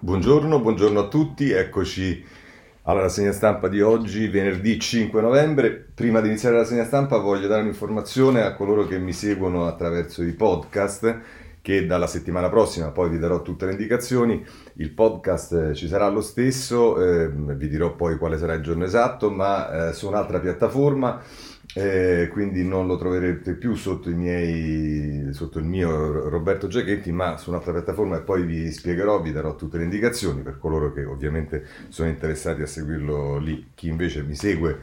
Buongiorno a tutti, eccoci alla rassegna stampa di oggi, venerdì 5 novembre. Prima di iniziare la rassegna stampa voglio dare un'informazione a coloro che mi seguono attraverso i podcast, che dalla settimana prossima poi vi darò tutte le indicazioni. Il podcast ci sarà lo stesso, vi dirò poi quale sarà il giorno esatto, ma su un'altra piattaforma. Quindi non lo troverete più sotto il mio Roberto Giachetti, ma su un'altra piattaforma, e poi vi spiegherò, vi darò tutte le indicazioni per coloro che ovviamente sono interessati a seguirlo lì. Chi invece mi segue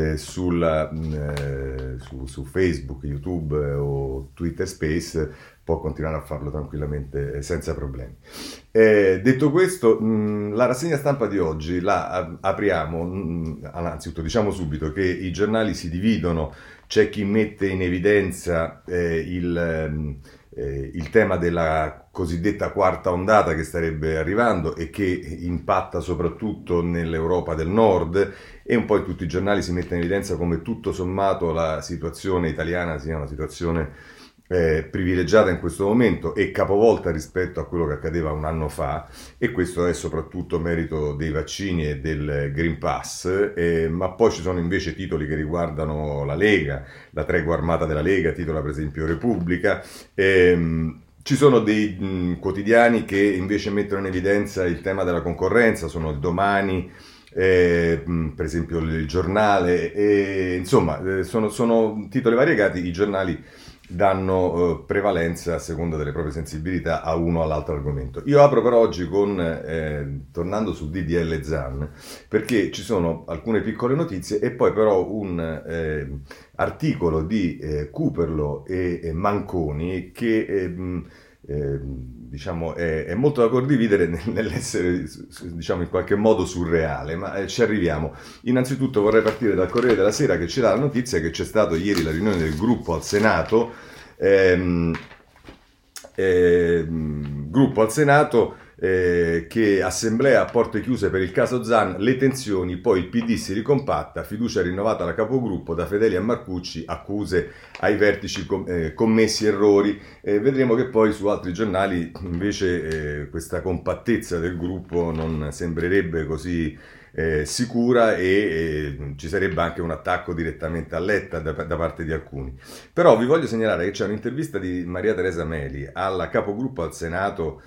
su Facebook, YouTube o Twitter Space può continuare a farlo tranquillamente senza problemi. Detto questo, la rassegna stampa di oggi la apriamo. Anzitutto diciamo subito che i giornali si dividono, c'è chi mette in evidenza il tema della cosiddetta quarta ondata che starebbe arrivando e che impatta soprattutto nell'Europa del Nord, e un po' in tutti i giornali si mette in evidenza come tutto sommato la situazione italiana sia una situazione privilegiata in questo momento e capovolta rispetto a quello che accadeva un anno fa, e questo è soprattutto merito dei vaccini e del Green Pass, ma poi ci sono invece titoli che riguardano la Lega, la tregua armata della Lega, titola per esempio Repubblica. Ci sono dei quotidiani che invece mettono in evidenza il tema della concorrenza, sono il Domani, per esempio il Giornale, insomma sono titoli variegati. I giornali danno prevalenza a seconda delle proprie sensibilità a uno o all'altro argomento. Io apro per oggi tornando su DDL Zan, perché ci sono alcune piccole notizie e poi però un articolo di Cooperlo e Manconi che diciamo è molto da condividere nell'essere, diciamo, in qualche modo surreale, ma ci arriviamo. Innanzitutto vorrei partire dal Corriere della Sera, che ci dà la notizia che c'è stato ieri la riunione del gruppo al Senato, che assemblea a porte chiuse per il caso Zan, le tensioni, poi il PD si ricompatta, fiducia rinnovata alla capogruppo, da Fedeli a Marcucci, accuse ai vertici commessi errori. Vedremo che poi su altri giornali invece questa compattezza del gruppo non sembrerebbe così sicura, e ci sarebbe anche un attacco direttamente a Letta da parte di alcuni. Però vi voglio segnalare che c'è un'intervista di Maria Teresa Meli alla capogruppo al Senato,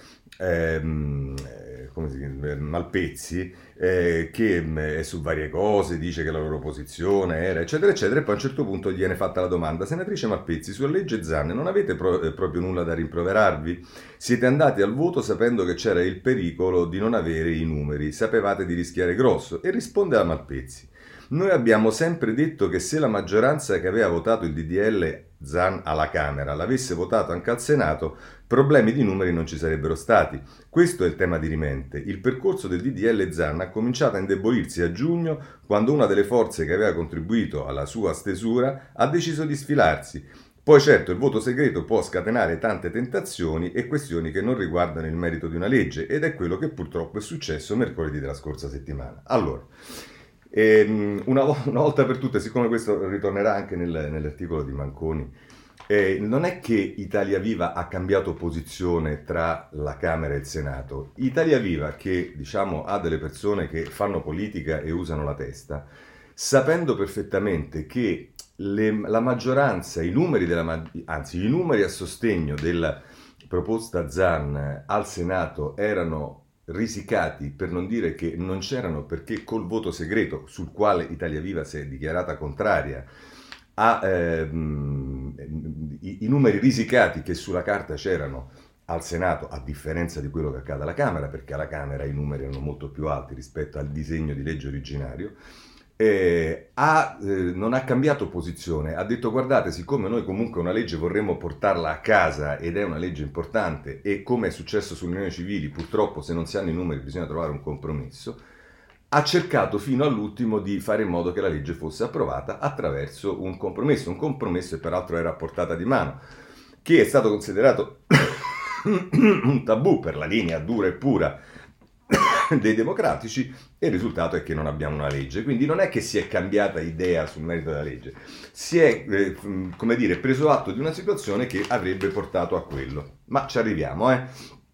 Malpezzi, che è su varie cose, dice che la loro posizione era eccetera eccetera, e poi a un certo punto gli viene fatta la domanda: senatrice Malpezzi, sulla legge Zan non avete proprio nulla da rimproverarvi? Siete andati al voto sapendo che c'era il pericolo di non avere i numeri, sapevate di rischiare grosso? E risponde la Malpezzi: noi abbiamo sempre detto che se la maggioranza che aveva votato il DDL Zan alla Camera l'avesse votato anche al Senato, problemi di numeri non ci sarebbero stati. Questo è il tema dirimente. Il percorso del DDL Zan ha cominciato a indebolirsi a giugno, quando una delle forze che aveva contribuito alla sua stesura ha deciso di sfilarsi. Poi certo il voto segreto può scatenare tante tentazioni e questioni che non riguardano il merito di una legge, ed è quello che purtroppo è successo mercoledì della scorsa settimana. Allora, una volta per tutte, siccome questo ritornerà anche nell'articolo di Manconi, non è che Italia Viva ha cambiato posizione tra la Camera e il Senato. Italia Viva, che diciamo ha delle persone che fanno politica e usano la testa, sapendo perfettamente che la maggioranza, i numeri a sostegno della proposta Zan al Senato erano risicati, per non dire che non c'erano, perché col voto segreto, sul quale Italia Viva si è dichiarata contraria, i numeri risicati che sulla carta c'erano al Senato, a differenza di quello che accade alla Camera, perché alla Camera i numeri erano molto più alti rispetto al disegno di legge originario, non ha cambiato posizione, ha detto: guardate, siccome noi comunque una legge vorremmo portarla a casa ed è una legge importante, e come è successo sulle unioni civili, purtroppo se non si hanno i numeri bisogna trovare un compromesso, ha cercato fino all'ultimo di fare in modo che la legge fosse approvata attraverso un compromesso che peraltro era a portata di mano, che è stato considerato un tabù per la linea dura e pura dei democratici, e il risultato è che non abbiamo una legge. Quindi non è che si è cambiata idea sul merito della legge, si è preso atto di una situazione che avrebbe portato a quello. Ma ci arriviamo,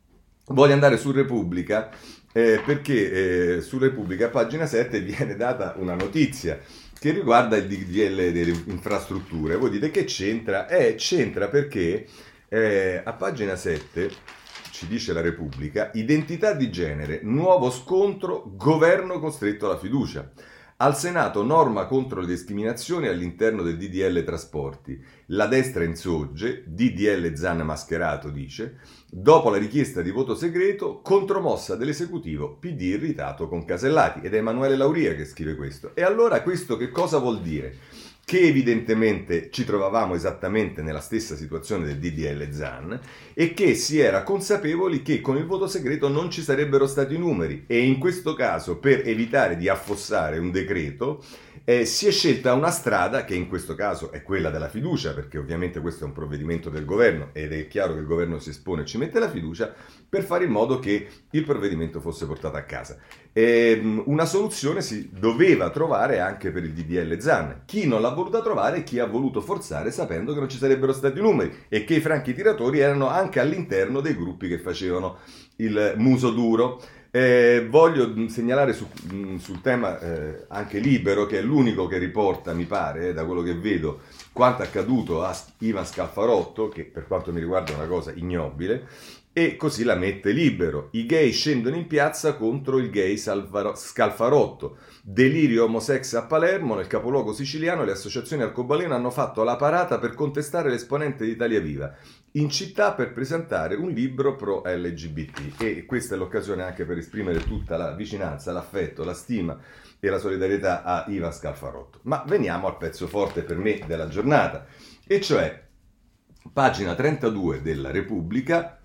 voglio andare su Repubblica perché su Repubblica, a pagina 7, viene data una notizia che riguarda il DDL delle infrastrutture. Voi dite che c'entra? C'entra perché a pagina 7 ci dice la Repubblica: identità di genere, nuovo scontro, governo costretto alla fiducia. Al Senato norma contro le discriminazioni all'interno del DDL trasporti. La destra insorge, DDL Zan mascherato, dice, dopo la richiesta di voto segreto, contromossa dell'esecutivo, PD irritato con Casellati. Ed è Emanuele Lauria che scrive questo. E allora questo che cosa vuol dire? Che evidentemente ci trovavamo esattamente nella stessa situazione del DDL Zan e che si era consapevoli che con il voto segreto non ci sarebbero stati i numeri, e in questo caso, per evitare di affossare un decreto, si è scelta una strada che in questo caso è quella della fiducia, perché ovviamente questo è un provvedimento del governo ed è chiaro che il governo si espone e ci mette la fiducia per fare in modo che il provvedimento fosse portato a casa. Una soluzione si doveva trovare anche per il DDL Zan. Chi non l'ha voluta trovare, chi ha voluto forzare sapendo che non ci sarebbero stati numeri e che i franchi tiratori erano anche all'interno dei gruppi che facevano il muso duro. Voglio segnalare sul tema anche Libero, che è l'unico che riporta, mi pare, da quello che vedo, quanto accaduto a Ivan Scalfarotto, che per quanto mi riguarda è una cosa ignobile, e così la mette Libero. I gay scendono in piazza contro il gay Scalfarotto. Delirio homosex a Palermo, nel capoluogo siciliano le associazioni arcobaleno hanno fatto la parata per contestare l'esponente di Italia Viva in città per presentare un libro pro LGBT, e questa è l'occasione anche per esprimere tutta la vicinanza, l'affetto, la stima e la solidarietà a Ivan Scalfarotto. Ma veniamo al pezzo forte per me della giornata, e cioè pagina 32 della Repubblica.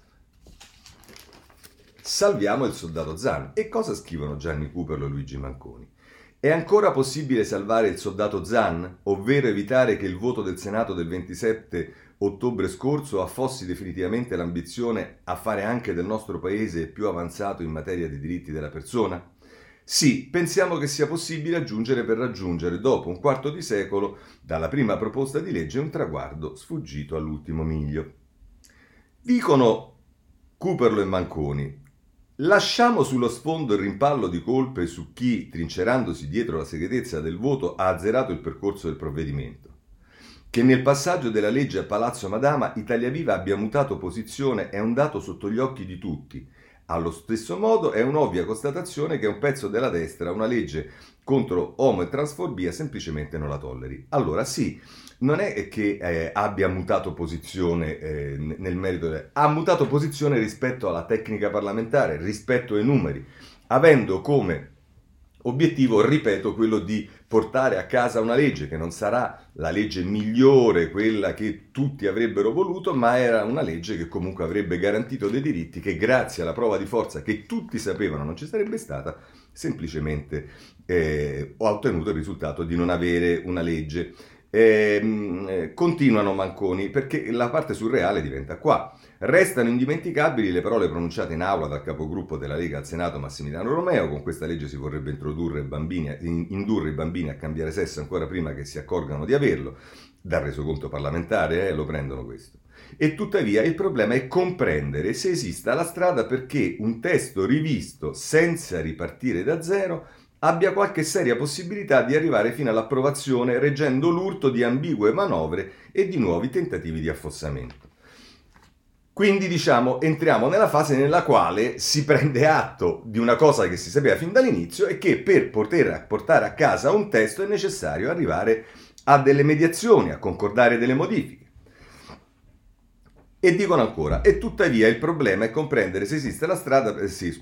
Salviamo il soldato Zan. E cosa scrivono Gianni Cuperlo e Luigi Manconi? È ancora possibile salvare il soldato Zan, ovvero evitare che il voto del Senato del 27 ottobre scorso affossi definitivamente l'ambizione a fare anche del nostro paese più avanzato in materia di diritti della persona? Sì, pensiamo che sia possibile aggiungere per raggiungere, dopo un quarto di secolo dalla prima proposta di legge, un traguardo sfuggito all'ultimo miglio. Dicono Cuperlo e Manconi: lasciamo sullo sfondo il rimpallo di colpe su chi, trincerandosi dietro la segretezza del voto, ha azzerato il percorso del provvedimento. Che nel passaggio della legge a Palazzo Madama Italia Viva abbia mutato posizione è un dato sotto gli occhi di tutti. Allo stesso modo è un'ovvia constatazione che un pezzo della destra una legge contro omo e transfobia semplicemente non la tolleri. Allora sì, non è che abbia mutato posizione nel merito, ha mutato posizione rispetto alla tecnica parlamentare, rispetto ai numeri, avendo come obiettivo, ripeto, quello di portare a casa una legge che non sarà la legge migliore, quella che tutti avrebbero voluto, ma era una legge che comunque avrebbe garantito dei diritti che, grazie alla prova di forza che tutti sapevano non ci sarebbe stata, semplicemente ha ottenuto il risultato di non avere una legge. Continuano Manconi, perché la parte surreale diventa qua. Restano indimenticabili le parole pronunciate in aula dal capogruppo della Lega al Senato Massimiliano Romeo. Con questa legge si vorrebbe indurre i bambini a cambiare sesso ancora prima che si accorgano di averlo. Dal resoconto parlamentare lo prendono questo. E tuttavia il problema è comprendere se esista la strada perché un testo rivisto senza ripartire da zero abbia qualche seria possibilità di arrivare fino all'approvazione, reggendo l'urto di ambigue manovre e di nuovi tentativi di affossamento. Quindi, diciamo, entriamo nella fase nella quale si prende atto di una cosa che si sapeva fin dall'inizio, e che per poter portare a casa un testo è necessario arrivare a delle mediazioni, a concordare delle modifiche. E dicono ancora: e tuttavia il problema è comprendere se esiste la strada...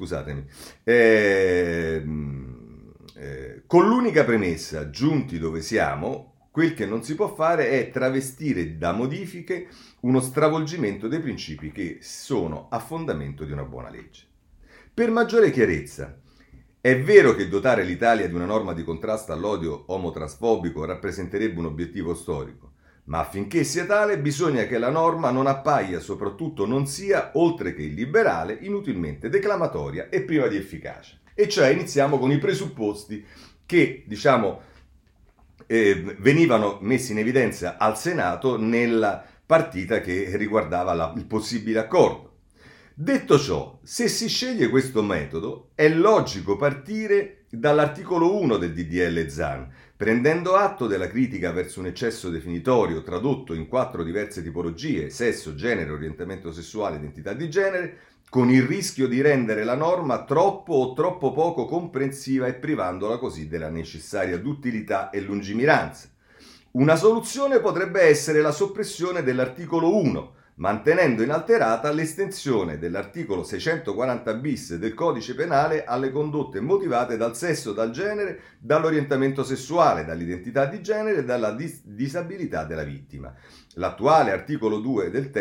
con l'unica premessa, giunti dove siamo, quel che non si può fare è travestire da modifiche uno stravolgimento dei principi che sono a fondamento di una buona legge. Per maggiore chiarezza, è vero che dotare l'Italia di una norma di contrasto all'odio omotransfobico rappresenterebbe un obiettivo storico, ma affinché sia tale bisogna che la norma non appaia, soprattutto non sia, oltre che illiberale, inutilmente declamatoria e priva di efficacia. E cioè iniziamo con i presupposti che, diciamo, venivano messi in evidenza al Senato nella partita che riguardava il possibile accordo. Detto ciò, se si sceglie questo metodo, è logico partire dall'articolo 1 del DDL Zan, prendendo atto della critica verso un eccesso definitorio tradotto in 4 diverse tipologie: sesso, genere, orientamento sessuale, identità di genere, con il rischio di rendere la norma troppo o troppo poco comprensiva e privandola così della necessaria duttilità e lungimiranza. Una soluzione potrebbe essere la soppressione dell'articolo 1, mantenendo inalterata l'estensione dell'articolo 640 bis del codice penale alle condotte motivate dal sesso, dal genere, dall'orientamento sessuale, dall'identità di genere e dalla disabilità della vittima. L'attuale articolo 2 del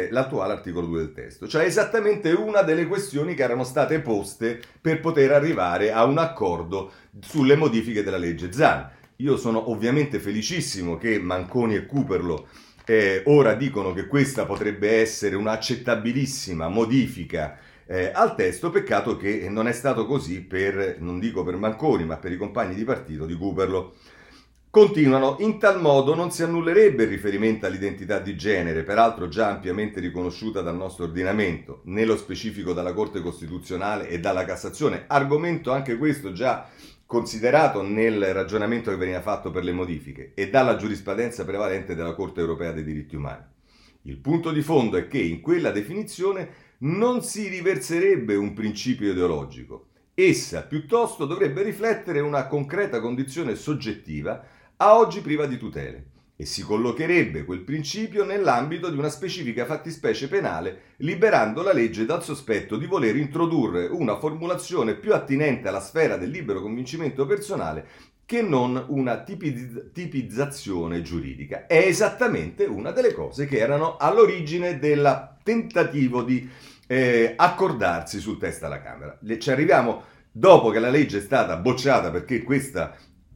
testo, cioè esattamente una delle questioni che erano state poste per poter arrivare a un accordo sulle modifiche della legge Zan. Io sono ovviamente felicissimo che Manconi e Cooperlo ora dicono che questa potrebbe essere un'accettabilissima modifica al testo. Peccato che non è stato così non dico per Manconi, ma per i compagni di partito di Cooperlo. Continuano: in tal modo non si annullerebbe il riferimento all'identità di genere, peraltro già ampiamente riconosciuta dal nostro ordinamento, nello specifico dalla Corte Costituzionale e dalla Cassazione, argomento anche questo già considerato nel ragionamento che veniva fatto per le modifiche, e dalla giurisprudenza prevalente della Corte Europea dei Diritti Umani. Il punto di fondo è che in quella definizione non si riverserebbe un principio ideologico. Essa piuttosto dovrebbe riflettere una concreta condizione soggettiva a oggi priva di tutele, e si collocherebbe quel principio nell'ambito di una specifica fattispecie penale, liberando la legge dal sospetto di voler introdurre una formulazione più attinente alla sfera del libero convincimento personale che non una tipizzazione giuridica. È esattamente una delle cose che erano all'origine del tentativo di accordarsi sul testo alla Camera. Ci arriviamo dopo che la legge è stata bocciata perché questa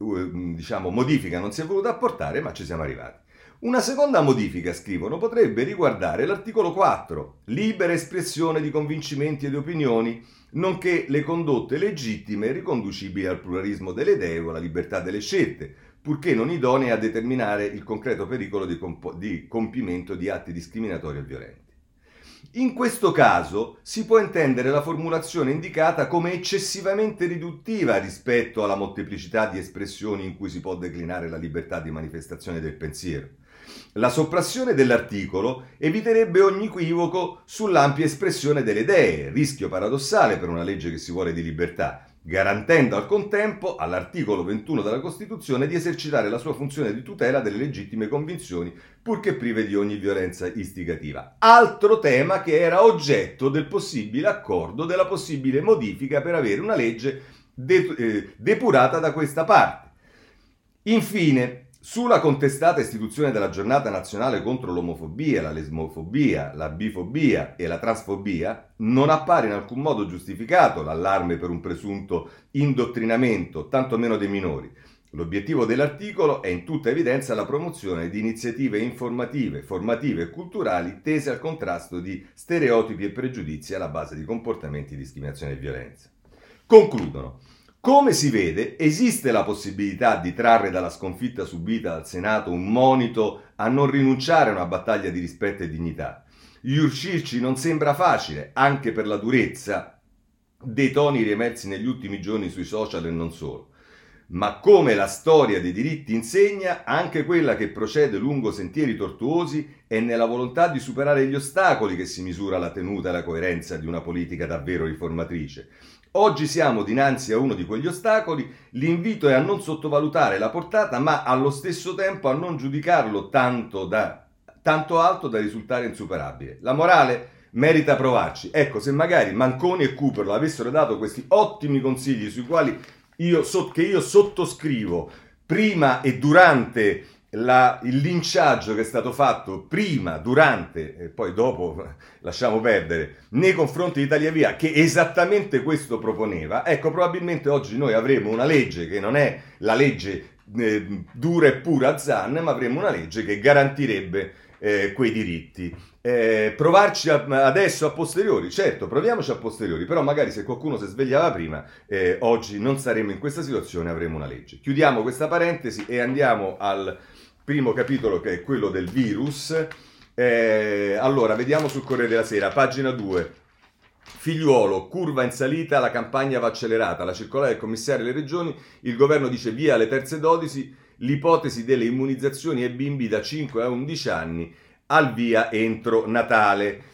modifica non si è voluta apportare, ma ci siamo arrivati. Una seconda modifica, scrivono, potrebbe riguardare l'articolo 4, libera espressione di convincimenti e di opinioni, nonché le condotte legittime riconducibili al pluralismo delle idee o alla libertà delle scelte, purché non idonee a determinare il concreto pericolo di compimento di atti discriminatori e violenti. In questo caso si può intendere la formulazione indicata come eccessivamente riduttiva rispetto alla molteplicità di espressioni in cui si può declinare la libertà di manifestazione del pensiero. La soppressione dell'articolo eviterebbe ogni equivoco sull'ampia espressione delle idee, rischio paradossale per una legge che si vuole di libertà, garantendo al contempo all'articolo 21 della Costituzione di esercitare la sua funzione di tutela delle legittime convinzioni, purché prive di ogni violenza istigativa. Altro tema che era oggetto del possibile accordo, della possibile modifica per avere una legge depurata da questa parte. Infine, sulla contestata istituzione della giornata nazionale contro l'omofobia, la lesbofobia, la bifobia e la transfobia, non appare in alcun modo giustificato l'allarme per un presunto indottrinamento, tantomeno dei minori. L'obiettivo dell'articolo è in tutta evidenza la promozione di iniziative informative, formative e culturali tese al contrasto di stereotipi e pregiudizi alla base di comportamenti di discriminazione e violenza. Concludono. Come si vede, esiste la possibilità di trarre dalla sconfitta subita dal Senato un monito a non rinunciare a una battaglia di rispetto e dignità. Riuscirci non sembra facile, anche per la durezza dei toni riemersi negli ultimi giorni sui social e non solo. Ma come la storia dei diritti insegna, anche quella che procede lungo sentieri tortuosi è nella volontà di superare gli ostacoli che si misura la tenuta e la coerenza di una politica davvero riformatrice. Oggi siamo dinanzi a uno di quegli ostacoli, l'invito è a non sottovalutare la portata, ma allo stesso tempo a non giudicarlo tanto alto da risultare insuperabile. La morale merita provarci. Ecco, se magari Manconi e Cooperlo avessero dato questi ottimi consigli sui quali io sottoscrivo prima e durante il linciaggio che è stato fatto prima, durante e poi dopo, lasciamo perdere, nei confronti di Italia Via, che esattamente questo proponeva, ecco, probabilmente oggi noi avremo una legge che non è la legge dura e pura Zan, ma avremo una legge che garantirebbe quei diritti. Provarci adesso a posteriori, certo, proviamoci a posteriori, però magari se qualcuno si svegliava prima, oggi non saremmo in questa situazione, avremo una legge. Chiudiamo questa parentesi e andiamo al primo capitolo, che è quello del virus. Allora, vediamo sul Corriere della Sera, pagina 2. Figliuolo, curva in salita, la campagna va accelerata, la circolare del commissario alle regioni, il governo dice via le terze dosi, l'ipotesi delle immunizzazioni ai bimbi da 5 a 11 anni al via entro Natale.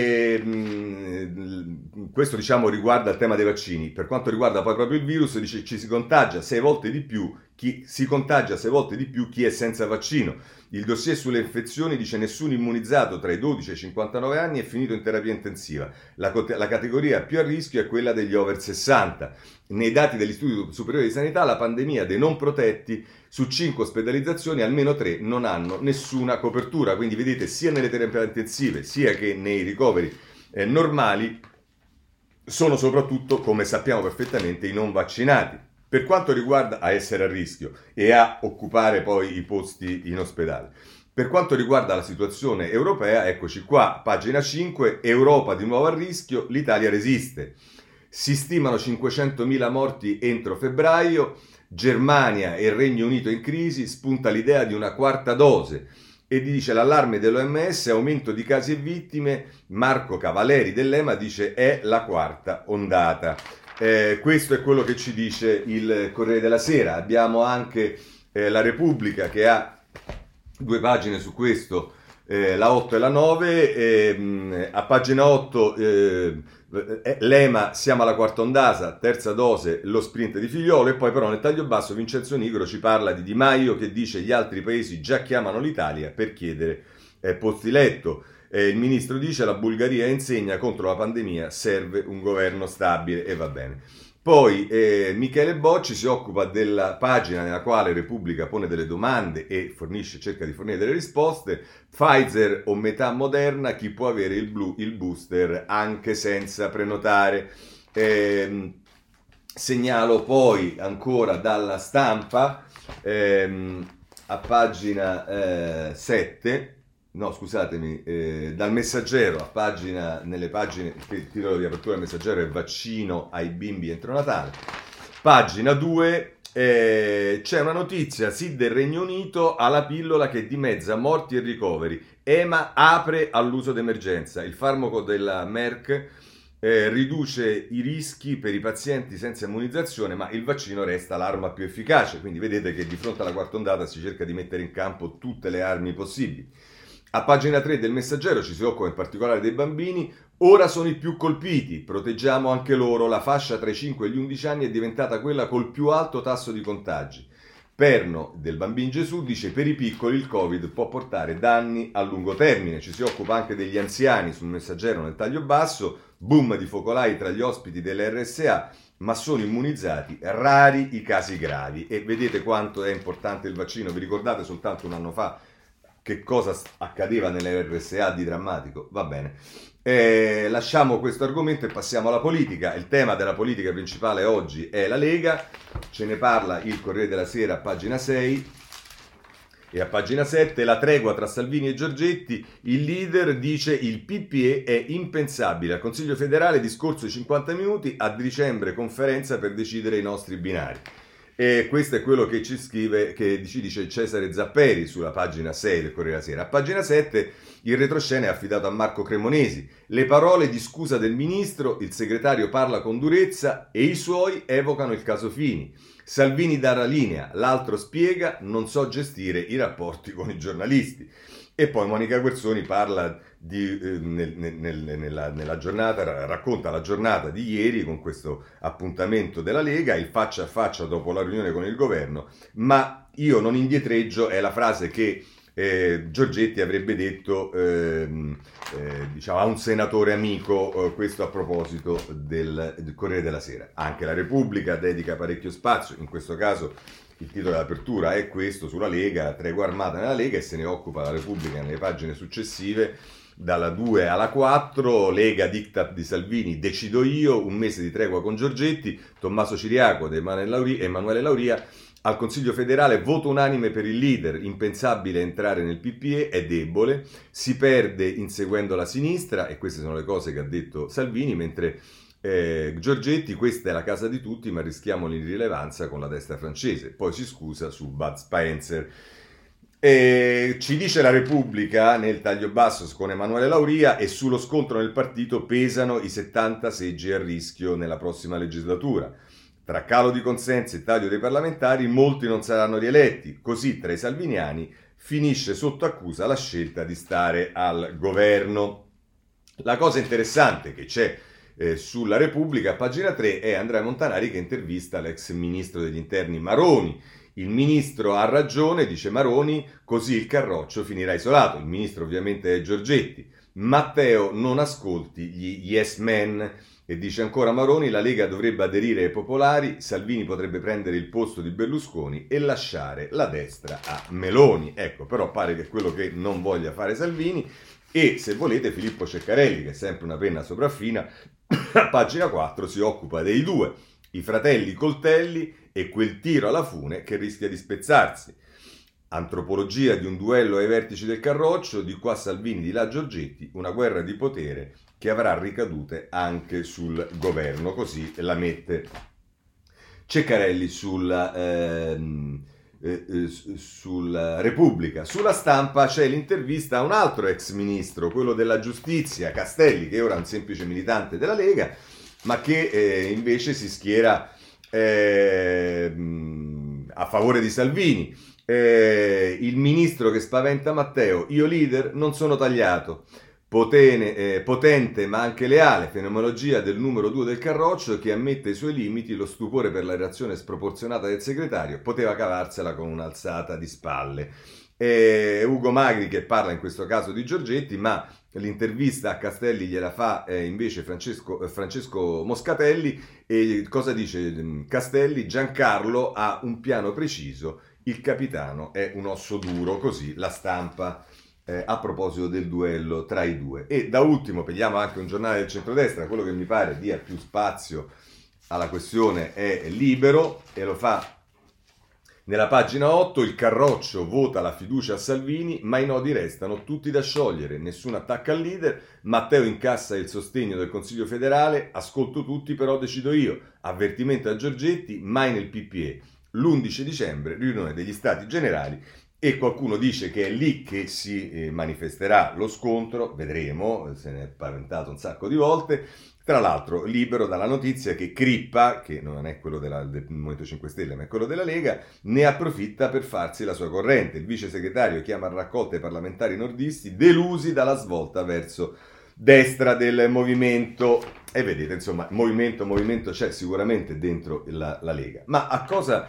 Questo diciamo riguarda il tema dei vaccini. Per quanto riguarda poi proprio il virus, dice ci si contagia 6 volte di più chi è senza vaccino. Il dossier sulle infezioni dice nessun immunizzato tra i 12 e i 59 anni è finito in terapia intensiva. La categoria più a rischio è quella degli over 60. Nei dati dell'Istituto Superiore di Sanità la pandemia dei non protetti, su 5 ospedalizzazioni almeno 3 non hanno nessuna copertura, quindi vedete sia nelle terapie intensive sia che nei ricoveri normali sono soprattutto, come sappiamo perfettamente, i non vaccinati. Per quanto riguarda a essere a rischio e a occupare poi i posti in ospedale. Per quanto riguarda la situazione europea, eccoci qua, pagina 5, Europa di nuovo a rischio, l'Italia resiste. Si stimano 500.000 morti entro febbraio, Germania e il Regno Unito in crisi, spunta l'idea di una quarta dose e dice l'allarme dell'OMS, aumento di casi e vittime, Marco Cavaleri dell'EMA dice è la quarta ondata. Questo è quello che ci dice il Corriere della Sera. Abbiamo anche la Repubblica che ha 2 pagine su questo, la 8 e la 9. A pagina 8 l'EMA siamo alla quarta ondata, terza dose, lo sprint di Figliuolo, e poi però nel taglio basso Vincenzo Nigro ci parla di Di Maio che dice gli altri paesi già chiamano l'Italia per chiedere posti letto. Il ministro dice la Bulgaria insegna contro la pandemia, serve un governo stabile e va bene. Poi Michele Bocci si occupa della pagina nella quale Repubblica pone delle domande e cerca di fornire delle risposte. Pfizer o metà Moderna, chi può avere il booster anche senza prenotare. Segnalo poi ancora dalla Stampa a pagina 7. No, scusatemi, dal Messaggero nelle pagine, il titolo di apertura del Messaggero è vaccino ai bimbi entro Natale. Pagina 2, c'è una notizia, sì del Regno Unito alla pillola che dimezza morti e ricoveri. EMA apre all'uso d'emergenza. Il farmaco della Merck riduce i rischi per i pazienti senza immunizzazione, ma il vaccino resta l'arma più efficace. Quindi vedete che di fronte alla quarta ondata si cerca di mettere in campo tutte le armi possibili. A pagina 3 del Messaggero ci si occupa in particolare dei bambini. Ora sono i più colpiti, proteggiamo anche loro. La fascia tra i 5 e gli 11 anni è diventata quella col più alto tasso di contagi. Perno del Bambin Gesù dice per i piccoli il Covid può portare danni a lungo termine. Ci si occupa anche degli anziani sul Messaggero nel taglio basso. Boom di focolai tra gli ospiti delle RSA, ma sono immunizzati, rari i casi gravi. E vedete quanto è importante il vaccino. Vi ricordate soltanto un anno fa che cosa accadeva nelle RSA di drammatico? Va bene. Lasciamo questo argomento e passiamo alla politica. Il tema della politica principale oggi è la Lega. Ce ne parla il Corriere della Sera a pagina 6 e a pagina 7. La tregua tra Salvini e Giorgetti. Il leader dice il PPE è impensabile. Al Consiglio federale discorso di 50 minuti, a dicembre conferenza per decidere i nostri binari. E questo è quello che ci scrive, che ci dice Cesare Zapperi sulla pagina 6 del Corriere della Sera. A pagina 7 il retroscena è affidato a Marco Cremonesi. Le parole di scusa del ministro, il segretario parla con durezza e i suoi evocano il caso Fini. Salvini dà la linea, l'altro spiega, non so gestire i rapporti con i giornalisti. E poi Monica Guerzoni parla nella giornata, racconta la giornata di ieri con questo appuntamento della Lega, il faccia a faccia dopo la riunione con il governo, ma io non indietreggio, è la frase che Giorgetti avrebbe detto diciamo, a un senatore amico, questo a proposito del Corriere della Sera. Anche la Repubblica dedica parecchio spazio, in questo caso il titolo dell'apertura è questo, sulla Lega, tregua armata nella Lega, e se ne occupa la Repubblica nelle pagine successive, dalla 2 alla 4, Lega diktat di Salvini, decido io, un mese di tregua con Giorgetti, Tommaso Ciriaco ed Emanuele Lauria, al Consiglio federale voto unanime per il leader, impensabile entrare nel PPE, è debole, si perde inseguendo la sinistra, e queste sono le cose che ha detto Salvini, mentre Giorgetti, questa è la casa di tutti, ma rischiamo l'irrilevanza con la destra francese. Poi si scusa su Bud Spencer. Ci dice la Repubblica nel taglio basso con Emanuele Lauria, e sullo scontro nel partito pesano i 70 seggi a rischio nella prossima legislatura. Tra calo di consensi e taglio dei parlamentari, molti non saranno rieletti. Così tra i salviniani finisce sotto accusa la scelta di stare al governo. La cosa interessante che c'è sulla Repubblica, a pagina 3, è Andrea Montanari che intervista l'ex ministro degli interni Maroni. Il ministro ha ragione, dice Maroni, così il Carroccio finirà isolato. Il ministro ovviamente è Giorgetti. Matteo, non ascolti gli yes men. E dice ancora Maroni, la Lega dovrebbe aderire ai popolari, Salvini potrebbe prendere il posto di Berlusconi e lasciare la destra a Meloni. Ecco, però pare che è quello che non voglia fare Salvini. E se volete Filippo Ceccarelli, che è sempre una penna sopraffina, a pagina 4 si occupa dei due, i fratelli coltelli e quel tiro alla fune che rischia di spezzarsi. Antropologia di un duello ai vertici del Carroccio, di qua Salvini, di là Giorgetti, una guerra di potere che avrà ricadute anche sul governo, così la mette Ceccarelli sulla Repubblica. Sulla Stampa c'è l'intervista a un altro ex ministro, quello della giustizia, Castelli, che ora è un semplice militante della Lega, ma che invece si schiera a favore di Salvini. Il ministro che spaventa Matteo, io leader non sono tagliato, potente ma anche leale, fenomenologia del numero 2 del Carroccio che ammette i suoi limiti, lo stupore per la reazione sproporzionata del segretario, poteva cavarsela con un'alzata di spalle. Ugo Magri che parla in questo caso di Giorgetti, ma l'intervista a Castelli gliela fa invece Francesco Moscatelli. E cosa dice Castelli? Giancarlo ha un piano preciso, il capitano è un osso duro, così la Stampa a proposito del duello tra i due. E da ultimo vediamo anche un giornale del centrodestra, quello che mi pare dia più spazio alla questione è Libero, e lo fa nella pagina 8, il Carroccio vota la fiducia a Salvini, ma i nodi restano tutti da sciogliere, nessun attacco al leader, Matteo incassa il sostegno del Consiglio federale, ascolto tutti però decido io, avvertimento a Giorgetti, mai nel PPE, l'11 dicembre riunione degli Stati Generali, e qualcuno dice che è lì che si manifesterà lo scontro, vedremo, se ne è paventato un sacco di volte. Tra l'altro Libero dalla notizia che Crippa, che non è quello del Movimento 5 Stelle ma è quello della Lega, ne approfitta per farsi la sua corrente. Il vice segretario chiama a raccolta i parlamentari nordisti delusi dalla svolta verso destra del movimento. E vedete, insomma, movimento c'è sicuramente dentro la Lega. Ma a cosa,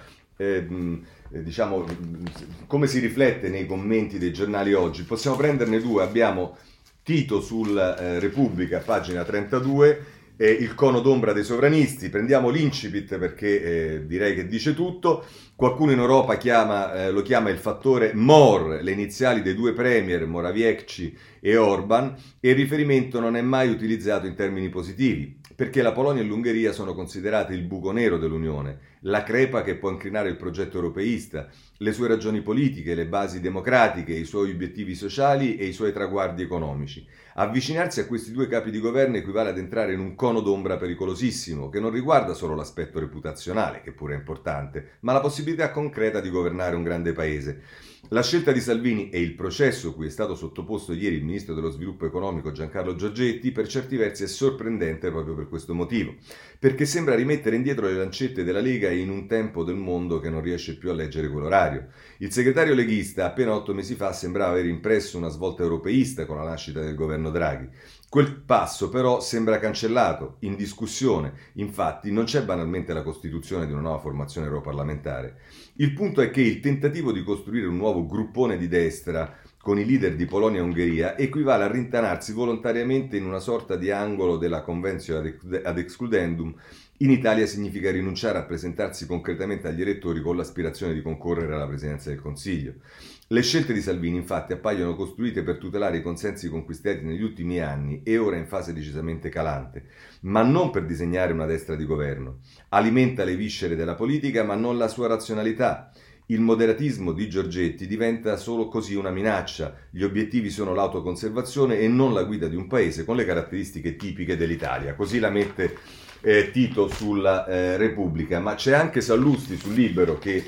diciamo, come si riflette nei commenti dei giornali oggi? Possiamo prenderne due. Abbiamo Tito sul Repubblica, pagina 32, il cono d'ombra dei sovranisti. Prendiamo l'incipit perché direi che dice tutto. Qualcuno in Europa lo chiama il fattore MOR, le iniziali dei due premier, Morawiecki e Orban, e il riferimento non è mai utilizzato in termini positivi, perché la Polonia e l'Ungheria sono considerate il buco nero dell'Unione, la crepa che può incrinare il progetto europeista, le sue ragioni politiche, le basi democratiche, i suoi obiettivi sociali e i suoi traguardi economici. Avvicinarsi a questi due capi di governo equivale ad entrare in un cono d'ombra pericolosissimo, che non riguarda solo l'aspetto reputazionale, che pure è importante, ma la possibilità concreta di governare un grande paese. La scelta di Salvini e il processo cui è stato sottoposto ieri il ministro dello sviluppo economico Giancarlo Giorgetti per certi versi è sorprendente proprio per questo motivo, perché sembra rimettere indietro le lancette della Lega in un tempo del mondo che non riesce più a leggere quell'orario. Il segretario leghista appena 8 mesi fa sembrava aver impresso una svolta europeista con la nascita del governo Draghi. Quel passo però sembra cancellato, in discussione, infatti non c'è banalmente la costituzione di una nuova formazione europarlamentare. Il punto è che il tentativo di costruire un nuovo gruppone di destra con i leader di Polonia e Ungheria equivale a rintanarsi volontariamente in una sorta di angolo della Conventio ad excludendum. In Italia significa rinunciare a presentarsi concretamente agli elettori con l'aspirazione di concorrere alla presidenza del Consiglio. Le scelte di Salvini infatti appaiono costruite per tutelare i consensi conquistati negli ultimi anni e ora in fase decisamente calante, ma non per disegnare una destra di governo. Alimenta le viscere della politica ma non la sua razionalità. Il moderatismo di Giorgetti diventa solo così una minaccia, gli obiettivi sono l'autoconservazione e non la guida di un paese con le caratteristiche tipiche dell'Italia. Così la mette Tito sulla Repubblica, ma c'è anche Sallusti sul Libero che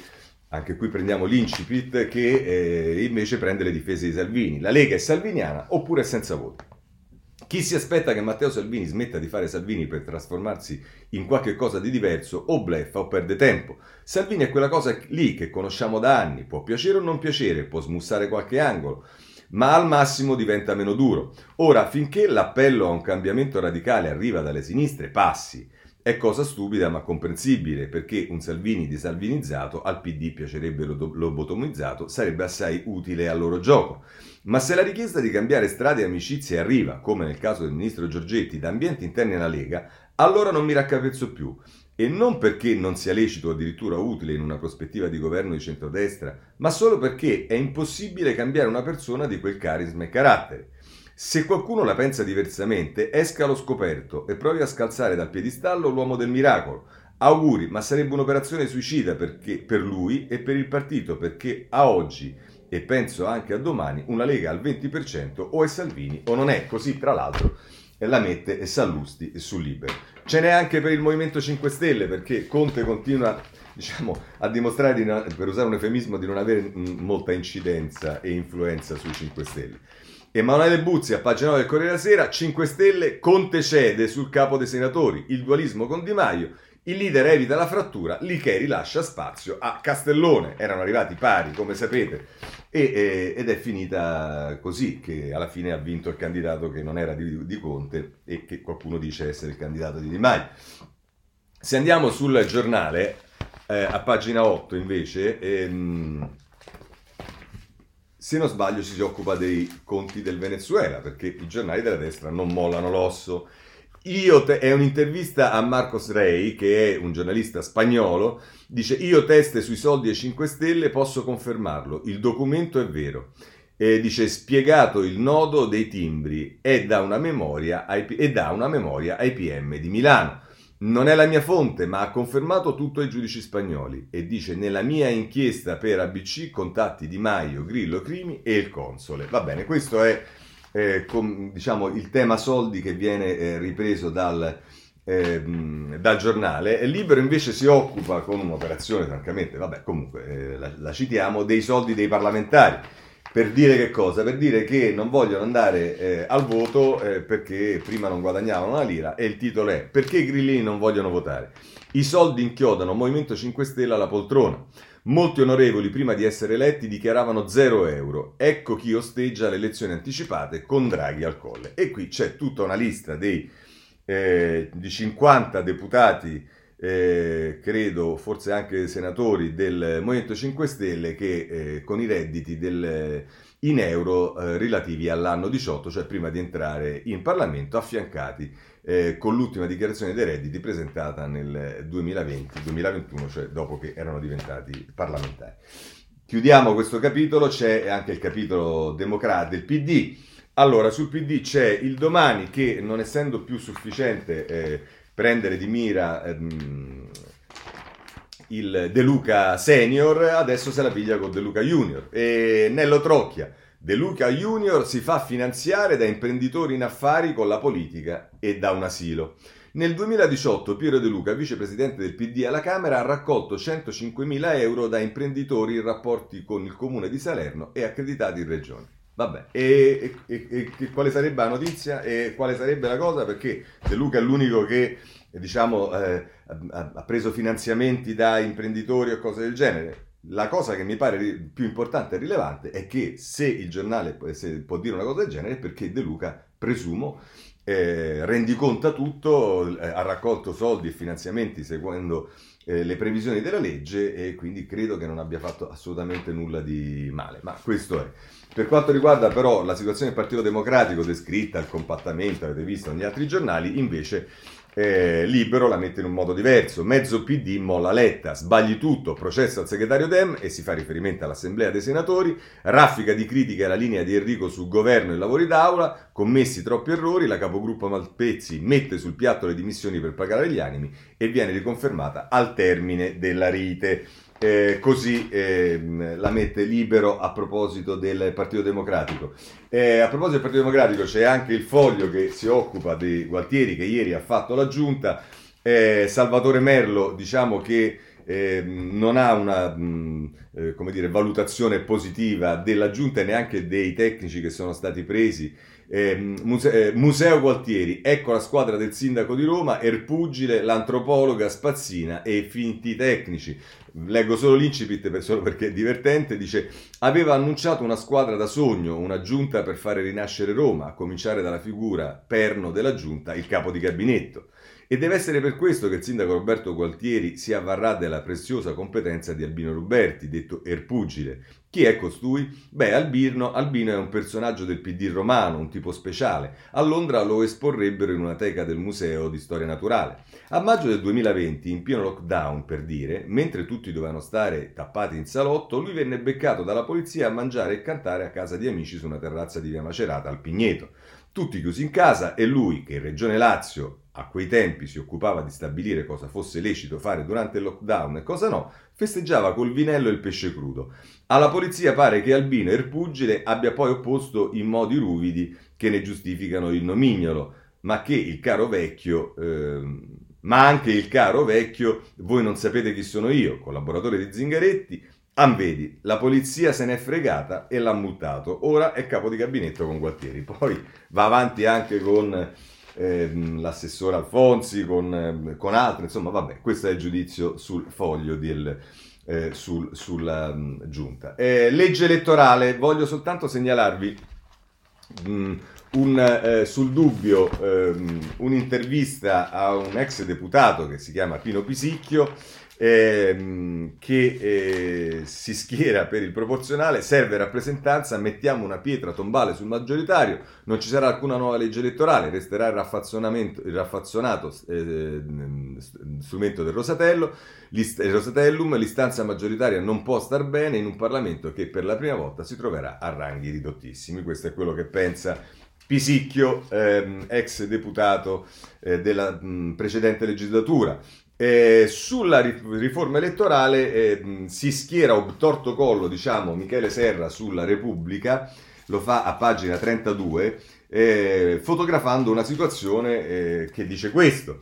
anche qui prendiamo l'incipit, che invece prende le difese di Salvini. La Lega è salviniana oppure è senza voti. Chi si aspetta che Matteo Salvini smetta di fare Salvini per trasformarsi in qualche cosa di diverso o bleffa o perde tempo. Salvini è quella cosa lì che conosciamo da anni, può piacere o non piacere, può smussare qualche angolo, ma al massimo diventa meno duro. Ora, finché l'appello a un cambiamento radicale arriva dalle sinistre, passi. È cosa stupida ma comprensibile, perché un Salvini desalvinizzato al PD piacerebbe lobotomizzato, sarebbe assai utile al loro gioco. Ma se la richiesta di cambiare strade e amicizie arriva, come nel caso del ministro Giorgetti, da ambienti interni alla Lega, allora non mi raccaprezzo più. E non perché non sia lecito o addirittura utile in una prospettiva di governo di centrodestra, ma solo perché è impossibile cambiare una persona di quel carisma e carattere. Se qualcuno la pensa diversamente, esca allo scoperto e provi a scalzare dal piedistallo l'uomo del miracolo. Auguri, ma sarebbe un'operazione suicida per lui e per il partito, perché a oggi, e penso anche a domani, una Lega al 20% o è Salvini o non è, così tra l'altro la mette e Sallusti su Libero. Ce n'è anche per il Movimento 5 Stelle, perché Conte continua, a dimostrare, per usare un eufemismo, di non avere molta incidenza e influenza sui 5 Stelle. Emanuele Buzzi, a pagina 9 del Corriere della Sera, 5 Stelle, Conte cede sul capo dei senatori, il dualismo con Di Maio, il leader evita la frattura, Licheri lascia spazio a Castellone, erano arrivati pari come sapete ed è finita così, che alla fine ha vinto il candidato che non era di Conte e che qualcuno dice essere il candidato di Di Maio. Se andiamo sul Giornale, a pagina 8 invece... se non sbaglio si occupa dei conti del Venezuela, perché i giornali della destra non mollano l'osso. È un'intervista a Marcos Rey, che è un giornalista spagnolo, dice: io teste sui soldi ai 5 Stelle, posso confermarlo, il documento è vero. Dice: spiegato il nodo dei timbri e dà una memoria ai PM di Milano. Non è la mia fonte, ma ha confermato tutto ai giudici spagnoli e dice: nella mia inchiesta per ABC contatti Di Maio, Grillo, Crimi e il console. Va bene, questo è il tema soldi che viene ripreso dal giornale. Libero invece si occupa, con un'operazione francamente, la citiamo, dei soldi dei parlamentari. Per dire che cosa? Per dire che non vogliono andare al voto perché prima non guadagnavano una lira, e il titolo è: perché i grillini non vogliono votare? I soldi inchiodano Movimento 5 Stelle alla poltrona. Molti onorevoli prima di essere eletti dichiaravano 0 euro. Ecco chi osteggia le elezioni anticipate con Draghi al colle. E qui c'è tutta una lista di 50 deputati, credo forse anche senatori del Movimento 5 Stelle che con i redditi in euro relativi all'anno 18, cioè prima di entrare in Parlamento, affiancati con l'ultima dichiarazione dei redditi presentata nel 2020-2021, cioè dopo che erano diventati parlamentari. Chiudiamo questo capitolo, c'è anche il capitolo del PD. Allora, sul PD c'è il Domani che, non essendo più sufficiente prendere di mira il De Luca Senior, adesso se la piglia con De Luca Junior. E Nello Trocchia: De Luca Junior si fa finanziare da imprenditori in affari con la politica e da un asilo. Nel 2018 Piero De Luca, vicepresidente del PD alla Camera, ha raccolto 105.000 euro da imprenditori in rapporti con il comune di Salerno e accreditati in regione. Vabbè, e quale sarebbe la notizia e quale sarebbe la cosa? Perché De Luca è l'unico che ha preso finanziamenti da imprenditori o cose del genere. La cosa che mi pare più importante e rilevante è che se il giornale può dire una cosa del genere è perché De Luca, presumo, rendiconta tutto, ha raccolto soldi e finanziamenti seguendo le previsioni della legge, e quindi credo che non abbia fatto assolutamente nulla di male. Ma questo è. Per quanto riguarda però la situazione del Partito Democratico, descritta, il compattamento, avete visto negli altri giornali, invece Libero la mette in un modo diverso. Mezzo PD molla Letta, sbagli tutto, processo al segretario Dem, e si fa riferimento all'Assemblea dei Senatori, raffica di critiche alla linea di Enrico sul governo e lavori d'aula, commessi troppi errori, la capogruppo Malpezzi mette sul piatto le dimissioni per pagare gli animi e viene riconfermata al termine della rite. Così la mette Libero a proposito del Partito Democratico. A proposito del Partito Democratico c'è anche il Foglio che si occupa di Gualtieri, che ieri ha fatto la giunta. Salvatore Merlo, diciamo che non ha una come dire, valutazione positiva della giunta e neanche dei tecnici che sono stati presi. Museo Gualtieri, ecco la squadra del sindaco di Roma, Erpugile, l'antropologa Spazzina e finti tecnici. Leggo solo l'incipit solo perché è divertente. Dice: aveva annunciato una squadra da sogno, una giunta per fare rinascere Roma, a cominciare dalla figura perno della giunta, il capo di gabinetto. E deve essere per questo che il sindaco Roberto Gualtieri si avvarrà della preziosa competenza di Albino Ruberti, detto Erpugile. Chi è costui? Beh, Albino è un personaggio del PD romano, un tipo speciale. A Londra lo esporrebbero in una teca del Museo di Storia Naturale. A maggio del 2020, in pieno lockdown per dire, mentre tutti dovevano stare tappati in salotto, lui venne beccato dalla polizia a mangiare e cantare a casa di amici su una terrazza di via Macerata al Pigneto. Tutti chiusi in casa e lui, che in Regione Lazio a quei tempi si occupava di stabilire cosa fosse lecito fare durante il lockdown e cosa no, festeggiava col vinello e il pesce crudo. Alla polizia pare che Albino Erpugile abbia poi opposto in modi ruvidi che ne giustificano il nomignolo, ma anche il caro vecchio, voi non sapete chi sono io, collaboratore di Zingaretti, vedi, la polizia se n'è fregata e l'ha multato, ora è capo di gabinetto con Gualtieri. Poi va avanti anche con l'assessore Alfonsi, con altri, insomma vabbè, questo è il giudizio sul foglio sulla giunta. Legge elettorale, voglio soltanto segnalarvi sul dubbio un'intervista a un ex deputato che si chiama Pino Pisicchio, che si schiera per il proporzionale. Serve rappresentanza, mettiamo una pietra tombale sul maggioritario, non ci sarà alcuna nuova legge elettorale, resterà il raffazzonato strumento del Rosatellum, l'istanza maggioritaria non può star bene in un Parlamento che per la prima volta si troverà a ranghi ridottissimi. Questo è quello che pensa Pisicchio, ex deputato della precedente legislatura. Sulla riforma elettorale si schiera obtorto collo, diciamo, Michele Serra sulla Repubblica, lo fa a pagina 32, fotografando una situazione che dice questo.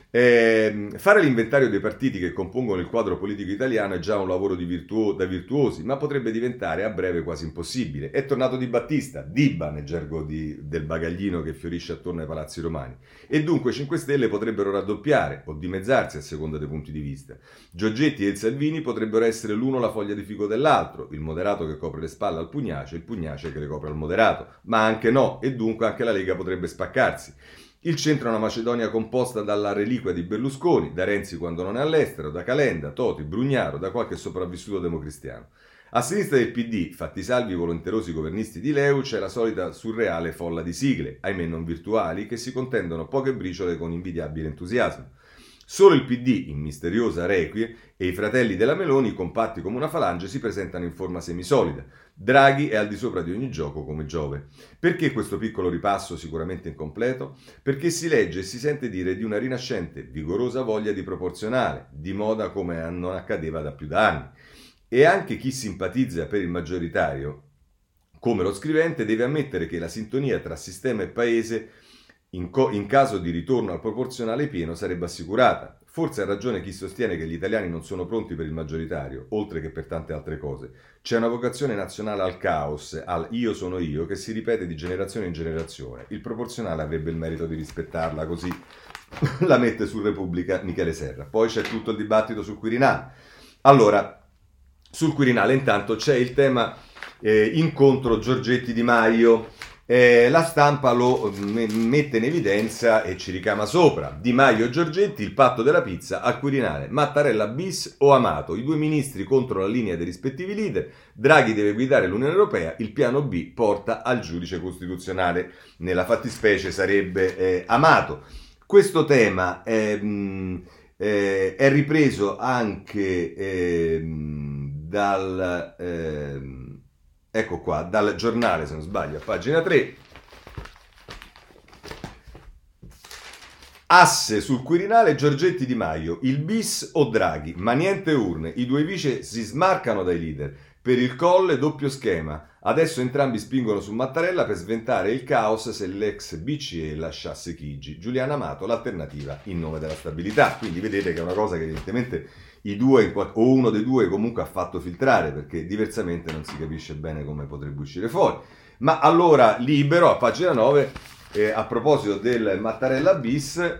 Fare l'inventario dei partiti che compongono il quadro politico italiano è già un lavoro da virtuosi, ma potrebbe diventare a breve quasi impossibile. È tornato Di Battista, Diba nel gergo del bagaglino che fiorisce attorno ai palazzi romani, e dunque 5 Stelle potrebbero raddoppiare o dimezzarsi a seconda dei punti di vista. Giorgetti e il Salvini potrebbero essere l'uno la foglia di fico dell'altro, il moderato che copre le spalle al pugnace, il pugnace che le copre al moderato, ma anche no, e dunque anche la Lega potrebbe spaccarsi. Il centro è una Macedonia composta dalla reliquia di Berlusconi, da Renzi quando non è all'estero, da Calenda, Toti, Brugnaro, da qualche sopravvissuto democristiano. A sinistra del PD, fatti salvi i volenterosi governisti di Leu, c'è la solita surreale folla di sigle, ahimè non virtuali, che si contendono poche briciole con invidiabile entusiasmo. Solo il PD, in misteriosa requie, e i fratelli della Meloni, compatti come una falange, si presentano in forma semisolida. Draghi è al di sopra di ogni gioco come Giove. Perché questo piccolo ripasso sicuramente incompleto? Perché si legge e si sente dire di una rinascente, vigorosa voglia di proporzionale, di moda come non accadeva da più da anni. E anche chi simpatizza per il maggioritario, come lo scrivente, deve ammettere che la sintonia tra sistema e paese in caso di ritorno al proporzionale pieno sarebbe assicurata. Forse ha ragione chi sostiene che gli italiani non sono pronti per il maggioritario, oltre che per tante altre cose. C'è una vocazione nazionale al caos, al io sono io, che si ripete di generazione in generazione. Il proporzionale avrebbe il merito di rispettarla, così la mette su Repubblica Michele Serra. Poi c'è tutto il dibattito sul Quirinale. Allora, sul Quirinale intanto c'è il tema incontro Giorgetti-Di Maio. La stampa lo mette in evidenza e ci ricama sopra. Di Maio e Giorgetti, il patto della pizza al Quirinale. Mattarella bis o Amato, i due ministri contro la linea dei rispettivi leader. Draghi deve guidare l'Unione Europea, il piano B porta al giudice costituzionale. Nella fattispecie sarebbe Amato. Questo tema è ripreso anche ecco qua, dal giornale, se non sbaglio, a pagina 3. Asse sul Quirinale, Giorgetti Di Maio, il bis o Draghi, ma niente urne, i due vice si smarcano dai leader. per il Colle, doppio schema. Adesso entrambi spingono su Mattarella per sventare il caos se l'ex BCE lasciasse Chigi. Giuliano Amato, l'alternativa in nome della stabilità. Quindi vedete che è una cosa che evidentemente i due, o uno dei due comunque ha fatto filtrare, perché diversamente non si capisce bene come potrebbe uscire fuori. Ma allora Libero, a pagina 9, a proposito del Mattarella bis,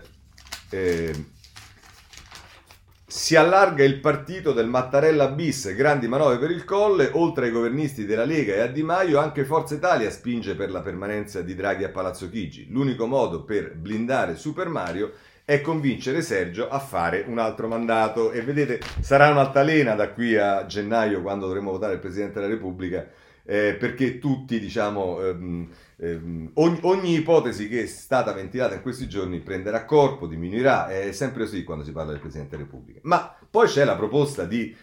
si allarga il partito del Mattarella bis, grandi manovre per il Colle, oltre ai governisti della Lega e a Di Maio, anche Forza Italia spinge per la permanenza di Draghi a Palazzo Chigi. L'unico modo per blindare Super Mario è convincere Sergio a fare un altro mandato. E vedete, sarà un'altalena da qui a gennaio, quando dovremo votare il Presidente della Repubblica, perché tutti, diciamo, ogni ipotesi che è stata ventilata in questi giorni prenderà corpo, diminuirà, è sempre così quando si parla del Presidente della Repubblica. Ma poi c'è la proposta di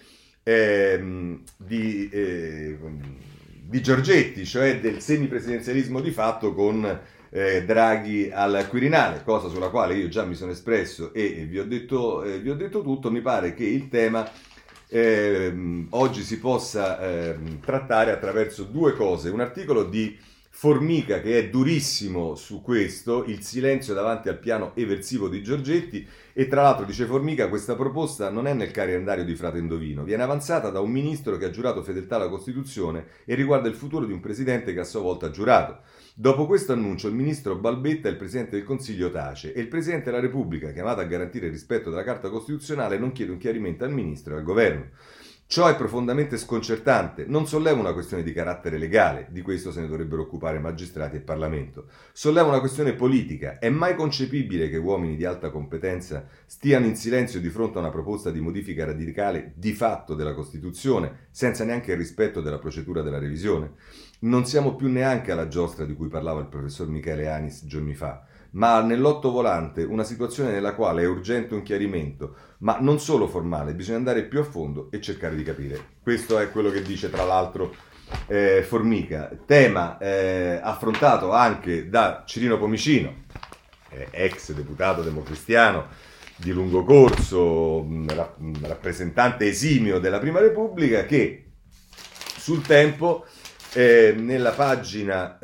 Giorgetti, cioè del semipresidenzialismo di fatto con Draghi al Quirinale, cosa sulla quale io già mi sono espresso e vi ho detto tutto. Mi pare che il tema oggi si possa trattare attraverso due cose: un articolo di Formica che è durissimo su questo, il silenzio davanti al piano eversivo di Giorgetti, e tra l'altro, dice Formica, questa proposta non è nel calendario di Frate Indovino, viene avanzata da un ministro che ha giurato fedeltà alla Costituzione e riguarda il futuro di un presidente che a sua volta ha giurato. Dopo questo annuncio il ministro balbetta e il Presidente del Consiglio tace, e il Presidente della Repubblica, chiamato a garantire il rispetto della Carta Costituzionale, non chiede un chiarimento al ministro e al governo. Ciò è profondamente sconcertante, non solleva una questione di carattere legale, di questo se ne dovrebbero occupare magistrati e Parlamento, solleva una questione politica. È mai concepibile che uomini di alta competenza stiano in silenzio di fronte a una proposta di modifica radicale di fatto della Costituzione, senza neanche il rispetto della procedura della revisione? Non siamo più neanche alla giostra di cui parlava il professor Michele Anis giorni fa, ma nell'otto volante, una situazione nella quale è urgente un chiarimento, ma non solo formale, bisogna andare più a fondo e cercare di capire. Questo è quello che dice tra l'altro Formica, tema affrontato anche da Cirino Pomicino, ex deputato democristiano di lungo corso, rappresentante esimio della Prima Repubblica, che sul Tempo nella pagina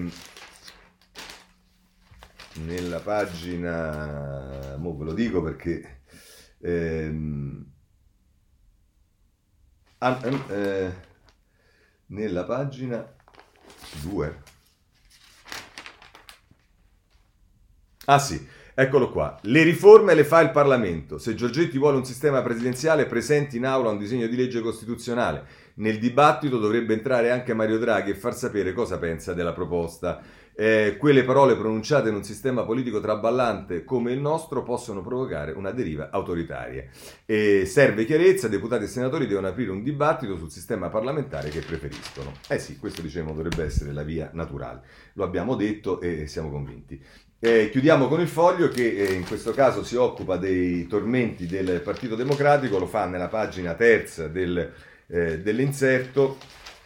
mo ve lo dico perché nella pagina 2, sì, eccolo qua. Le riforme le fa il Parlamento. Se Giorgetti vuole un sistema presidenziale, presenti in aula un disegno di legge costituzionale. Nel dibattito dovrebbe entrare anche Mario Draghi e far sapere cosa pensa della proposta. Quelle parole pronunciate in un sistema politico traballante come il nostro possono provocare una deriva autoritaria. Serve chiarezza, deputati e senatori devono aprire un dibattito sul sistema parlamentare che preferiscono. Sì, questo diciamo dovrebbe essere la via naturale. Lo abbiamo detto e siamo convinti. Chiudiamo con il Foglio che in questo caso si occupa dei tormenti del Partito Democratico, lo fa nella pagina terza dell'inserto.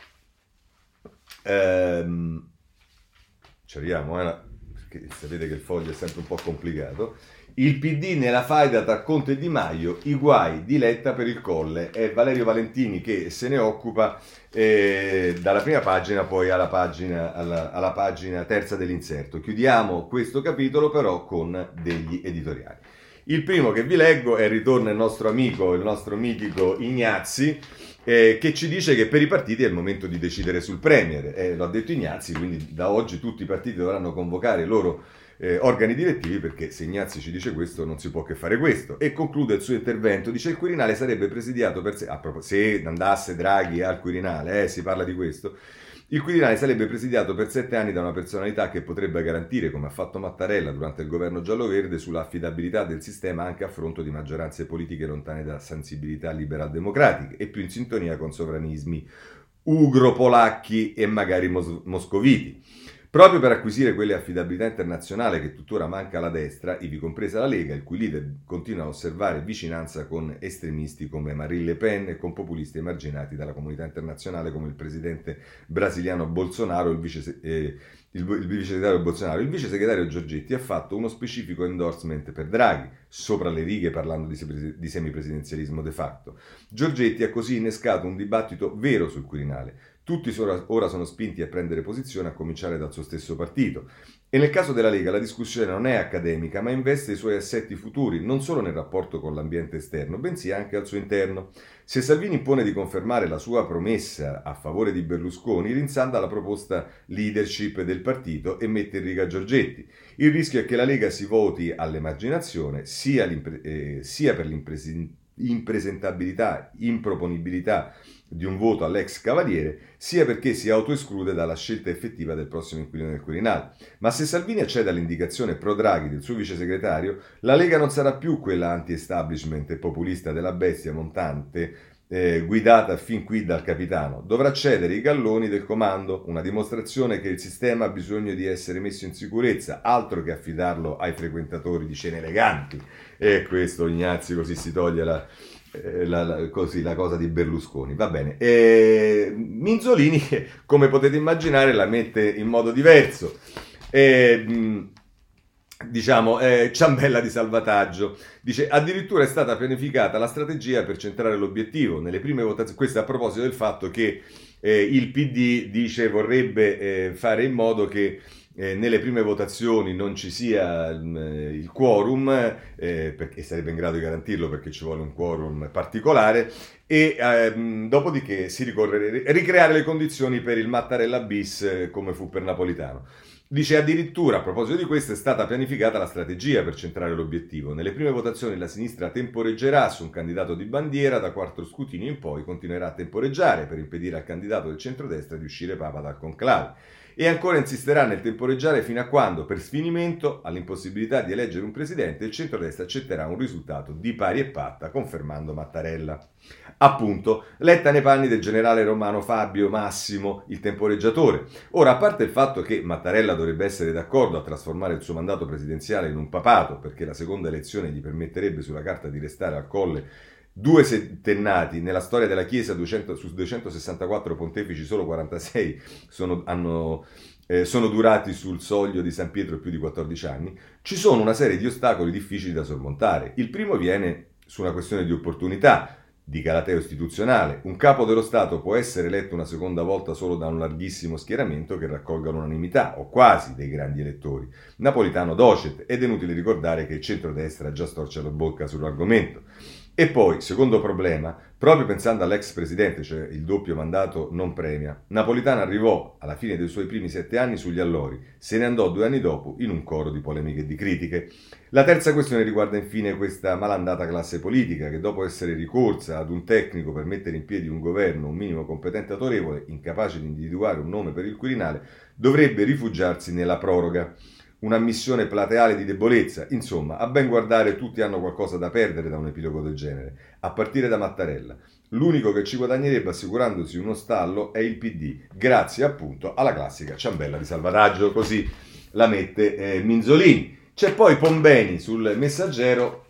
Ci arriviamo, perché sapete che il Foglio è sempre un po' complicato. Il PD nella faida tra Conte e Di Maio, i guai di Letta per il Colle. È Valerio Valentini che se ne occupa dalla prima pagina poi alla pagina terza dell'inserto. Chiudiamo questo capitolo però con degli editoriali. Il primo che vi leggo è il ritorno del nostro amico, il nostro mitico Ignazzi, che ci dice che per i partiti è il momento di decidere sul Premier. Lo ha detto Ignazzi, quindi da oggi tutti i partiti dovranno convocare i loro organi direttivi, perché se Ignazzi ci dice questo non si può che fare questo. E conclude il suo intervento, dice: il Quirinale sarebbe presidiato per se andasse Draghi al Quirinale, si parla di questo. Il Quirinale sarebbe presidiato per 7 anni da una personalità che potrebbe garantire, come ha fatto Mattarella durante il governo giallo-verde, sull'affidabilità del sistema anche a fronte di maggioranze politiche lontane da sensibilità liberal-democratiche e più in sintonia con sovranismi ugro-polacchi e magari moscoviti. Proprio per acquisire quelle affidabilità internazionale che tuttora manca alla destra, ivi compresa la Lega, il cui leader continua a osservare vicinanza con estremisti come Marine Le Pen e con populisti emarginati dalla comunità internazionale come il presidente brasiliano Bolsonaro e il vice segretario Bolsonaro. Il vice segretario Giorgetti ha fatto uno specifico endorsement per Draghi, sopra le righe parlando di semipresidenzialismo de facto. Giorgetti ha così innescato un dibattito vero sul Quirinale. Tutti ora sono spinti a prendere posizione, a cominciare dal suo stesso partito. E nel caso della Lega la discussione non è accademica, ma investe i suoi assetti futuri, non solo nel rapporto con l'ambiente esterno, bensì anche al suo interno. Se Salvini impone di confermare la sua promessa a favore di Berlusconi, rinsalda la proposta leadership del partito e mette in riga Giorgetti. Il rischio è che la Lega si voti all'emarginazione, sia per l'impresentabilità, improponibilità di un voto all'ex cavaliere, sia perché si autoesclude dalla scelta effettiva del prossimo inquilino del Quirinale. Ma se Salvini accede all'indicazione pro Draghi del suo vice segretario, la Lega non sarà più quella anti-establishment e populista della bestia montante guidata fin qui dal capitano. Dovrà cedere i galloni del comando, una dimostrazione che il sistema ha bisogno di essere messo in sicurezza, altro che affidarlo ai frequentatori di cene eleganti. E questo, Ignazio, così si toglie la cosa di Berlusconi. Va bene. Minzolini, come potete immaginare, la mette in modo diverso. Ciambella di salvataggio. Dice, addirittura è stata pianificata la strategia per centrare l'obiettivo. Nelle prime votazioni, questo a proposito del fatto che il PD dice vorrebbe fare in modo che nelle prime votazioni non ci sia il quorum, perché sarebbe in grado di garantirlo perché ci vuole un quorum particolare, e dopodiché si ricorre a ricreare le condizioni per il Mattarella bis come fu per Napolitano. Dice addirittura, a proposito di questo, è stata pianificata la strategia per centrare l'obiettivo. Nelle prime votazioni la sinistra temporeggerà su un candidato di bandiera, da 4 scrutini in poi continuerà a temporeggiare per impedire al candidato del centrodestra di uscire papa dal conclave. E ancora insisterà nel temporeggiare fino a quando, per sfinimento, all'impossibilità di eleggere un presidente, il centrodestra accetterà un risultato di pari e patta, confermando Mattarella. Appunto, Letta nei panni del generale romano Fabio Massimo, il temporeggiatore. Ora, a parte il fatto che Mattarella dovrebbe essere d'accordo a trasformare il suo mandato presidenziale in un papato, perché la seconda elezione gli permetterebbe sulla carta di restare al Colle 2 settennati, nella storia della Chiesa su 264 pontefici solo 46 sono durati sul soglio di San Pietro più di 14 anni, ci sono una serie di ostacoli difficili da sormontare. Il primo viene su una questione di opportunità, di galateo istituzionale. Un capo dello Stato può essere eletto una seconda volta solo da un larghissimo schieramento che raccolga l'unanimità, o quasi, dei grandi elettori. Napolitano docet, ed è inutile ricordare che il centrodestra già storce la bocca sull'argomento. E poi, secondo problema, proprio pensando all'ex presidente, cioè il doppio mandato non premia, Napolitano arrivò alla fine dei suoi primi 7 anni sugli allori, se ne andò 2 anni dopo in un coro di polemiche e di critiche. La terza questione riguarda infine questa malandata classe politica che dopo essere ricorsa ad un tecnico per mettere in piedi un governo un minimo competente e autorevole, incapace di individuare un nome per il Quirinale, dovrebbe rifugiarsi nella proroga. Un'ammissione plateale di debolezza. Insomma, a ben guardare tutti hanno qualcosa da perdere da un epilogo del genere, a partire da Mattarella. L'unico che ci guadagnerebbe assicurandosi uno stallo è il PD, grazie appunto alla classica ciambella di salvataggio, così la mette Minzolini. C'è poi Pombeni sul Messaggero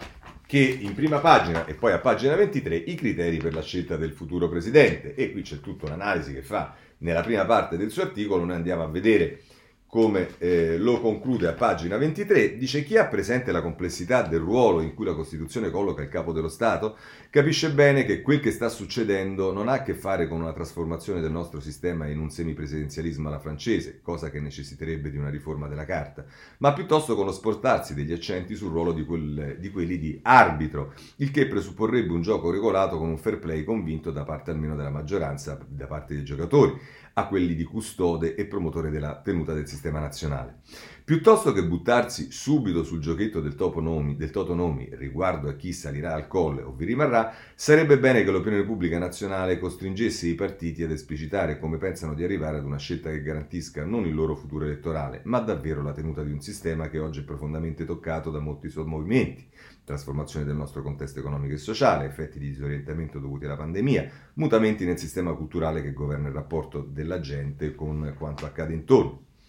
che in prima pagina e poi a pagina 23 i criteri per la scelta del futuro presidente, e qui c'è tutta un'analisi che fa nella prima parte del suo articolo. Noi andiamo a vedere come lo conclude a pagina 23, dice: chi ha presente la complessità del ruolo in cui la Costituzione colloca il capo dello Stato capisce bene che quel che sta succedendo non ha a che fare con una trasformazione del nostro sistema in un semipresidenzialismo alla francese, cosa che necessiterebbe di una riforma della Carta, ma piuttosto con lo spostarsi degli accenti sul ruolo di quelli di arbitro, il che presupporrebbe un gioco regolato con un fair play convinto da parte almeno della maggioranza, da parte dei giocatori, a quelli di custode e promotore della tenuta del sistema nazionale. Piuttosto che buttarsi subito sul giochetto del totonomi riguardo a chi salirà al colle o vi rimarrà, sarebbe bene che l'opinione pubblica nazionale costringesse i partiti ad esplicitare come pensano di arrivare ad una scelta che garantisca non il loro futuro elettorale, ma davvero la tenuta di un sistema che oggi è profondamente toccato da molti sommovimenti: trasformazione del nostro contesto economico e sociale, effetti di disorientamento dovuti alla pandemia, mutamenti nel sistema culturale che governa il rapporto della gente con quanto accade intorno.